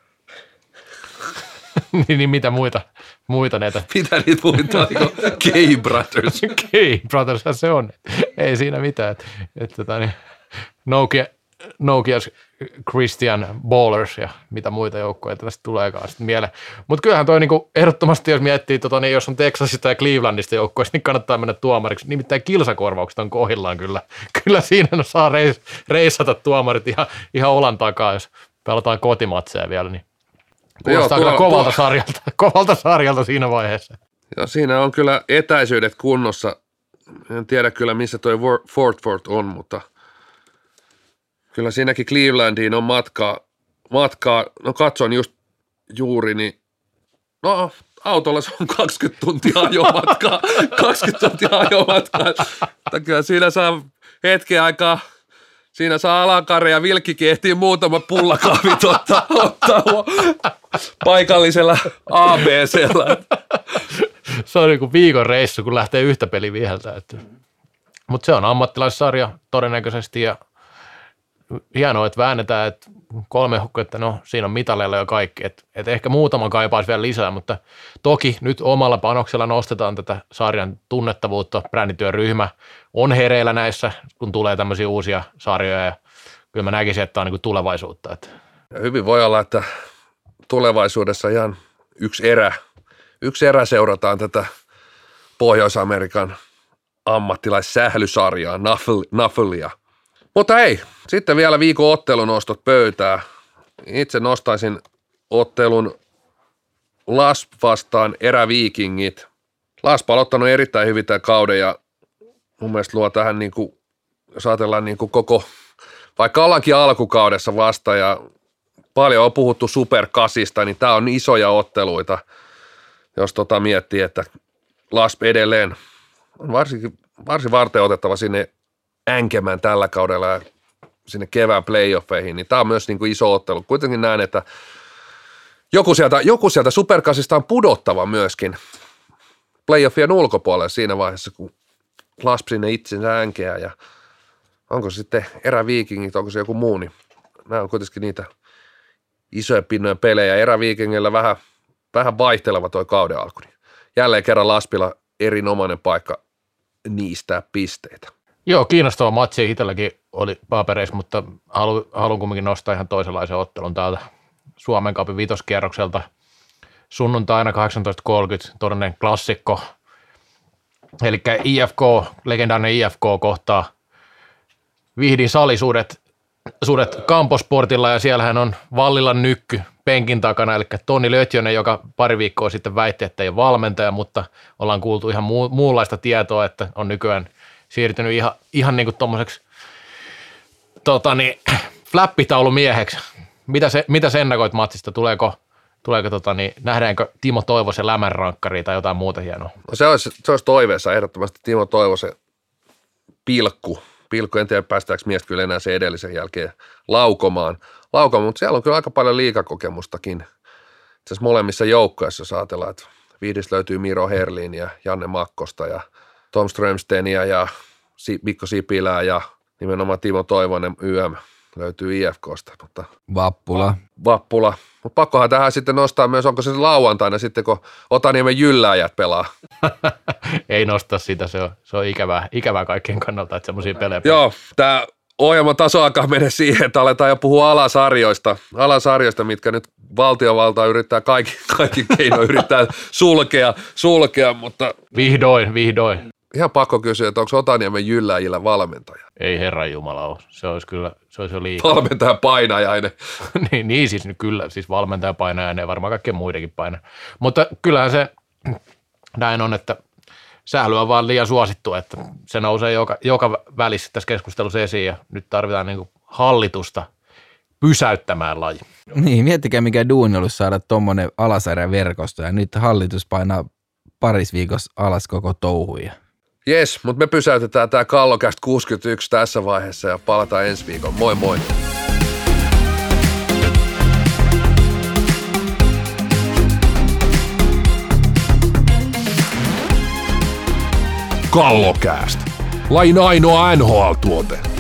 [SPEAKER 2] niin mitä muita näitä?
[SPEAKER 1] Mitä niitä muita? Gay Brothers.
[SPEAKER 2] Gay Brothers, se on. Ei siinä mitään. Nokia's Christian Ballers ja mitä muita joukkoja tästä tuleekaan sitten mieleen. Mutta kyllähän toi niinku ehdottomasti, jos miettii, jos on Texasista ja Clevelandista joukkoista, niin kannattaa mennä tuomariksi. Nimittäin kilsakorvaukset on kohdillaan kyllä. Kyllä siinä saa reissata tuomarit ihan olan takaa, jos pelataan kotimatseja vielä. Niin kuulostaa kyllä kovalta sarjalta siinä vaiheessa.
[SPEAKER 1] Joo, siinä on kyllä etäisyydet kunnossa. En tiedä kyllä, missä toi Fort Worth on, mutta... Kyllä siinäkin Clevelandiin on matkaa, no katson juuri, niin no autolla se on 20 tuntia ajomatkaa, Kyllä siinä saa hetken aikaa, siinä saa Alankari ja Vilkkikin ehtii muutama pullakahvit ottaa paikallisella ABC:llä.
[SPEAKER 2] Se on niin kuin viikon reissu, kun lähtee yhtä peliä viheltää. Mutta se on ammattilaissarja todennäköisesti ja hienoa, että väännetään, että 3 joukkuetta, no siinä on mitaleilla jo kaikki, että ehkä muutama kaipaisi vielä lisää, mutta toki nyt omalla panoksella nostetaan tätä sarjan tunnettavuutta, brändityöryhmä on hereillä näissä, kun tulee tämmöisiä uusia sarjoja ja kyllä mä näkisin, että tämä on niin kuin tulevaisuutta. Että.
[SPEAKER 1] Ja hyvin voi olla, että tulevaisuudessa ihan yksi erä seurataan tätä Pohjois-Amerikan ammattilaissählysarjaa, Naffelia. Mutta ei, sitten vielä viikon ottelunostot pöytää. Itse nostaisin ottelun LASP vastaan Eräviikingit. LASP on ottanut erittäin hyvin tämän kauden ja mun mielestä luo tähän, niin kuin, jos ajatellaan niin kuin koko, vaikka ollaankin alkukaudessa vasta ja paljon on puhuttu Super 8, niin tämä on isoja otteluita, jos miettii, että LASP edelleen on varsin varten otettava sinne änkemään tällä kaudella ja sinne kevään playoffeihin, niin tämä on myös niin kuin iso ottelu. Kuitenkin näen, että joku sieltä Superkasista on pudottava myöskin playoffien ulkopuolelle siinä vaiheessa, kun LASP sinne itsensä änkeää ja onko se sitten Eräviikingit, onko se joku muu, niin nämä on kuitenkin niitä isoja pinnojen pelejä. Eräviikingillä vähän vaihteleva toi kauden alku. Jälleen kerran LASPilla erinomainen paikka niistä pisteitä.
[SPEAKER 2] Joo, kiinnostava matsi itselläkin oli papereissa, mutta haluan kumminkin nostaa ihan toisenlaisen ottelun täältä Suomen Cupin vitoskierrokselta. Sunnuntaina 18.30 todellinen klassikko, eli legendaarinen IFK kohtaa Vihdin salisuudet Kamposportilla ja siellähän on Vallilan Nykky penkin takana, eli Toni Lötjönen, joka pari viikkoa sitten väitti, että ei ole valmentaja, mutta ollaan kuultu ihan muunlaista tietoa, että on nykyään siirtynyt ihan niin kuin tommoseksi flappitaulumieheksi. Mitä sä ennakoit matsista? Tuleeko nähdäänkö Timo Toivosen lämänrankkari tai jotain muuta hienoa? No
[SPEAKER 1] se olisi toiveessa ehdottomasti Timo Toivosen pilkku. En tiedä, päästäänkö mies kyllä enää sen edellisen jälkeen laukomaan, mutta siellä on kyllä aika paljon liigakokemustakin. Itse asiassa molemmissa joukkoissa jos ajatellaan, että Vihdistä löytyy Miro Herlin ja Janne Makkosta ja Tom Strömstenia ja Mikko Sipilää ja nimenomaan Timo Toivonen YM löytyy IFKsta. Mutta Vappula. Mutta pakkohan tähän sitten nostaa myös, onko se lauantaina sitten, kun Otaniemen Jyllääjät pelaa.
[SPEAKER 2] Ei nosta sitä, se on ikävää kaikkien kannalta, että semmoisia pelejä.
[SPEAKER 1] Joo, tämä ohjelman taso alkaa mennä siihen, että aletaan jo puhua alasarjoista, mitkä nyt valtiovalta yrittää kaikki keinoin yrittää sulkea, mutta
[SPEAKER 2] Vihdoin.
[SPEAKER 1] ihan pakko kysyä, että onko Otaniemen Jylläjillä valmentaja?
[SPEAKER 2] Ei herranjumala ole. Se olisi jo liikaa.
[SPEAKER 1] Valmentaja Painajainen.
[SPEAKER 2] niin siis kyllä, siis valmentaja Painajainen ja varmaan kaikkien muidenkin painaa. Mutta kyllähän se näin on, että Sähly on vaan liian suosittu, että se nousee joka välissä tässä keskustelussa esiin ja nyt tarvitaan niin kuin hallitusta pysäyttämään laji.
[SPEAKER 4] Niin, miettikää mikä duuni olisi saada tuommoinen alasarjan verkosto ja nyt hallitus painaa paris viikossa alas koko touhuja.
[SPEAKER 1] Jes, mutta me pysäytetään tämä Kallokast 61 tässä vaiheessa ja palataan ensi viikon. Moi moi!
[SPEAKER 3] Kallokääst. Lajin ainoa NHL-tuote.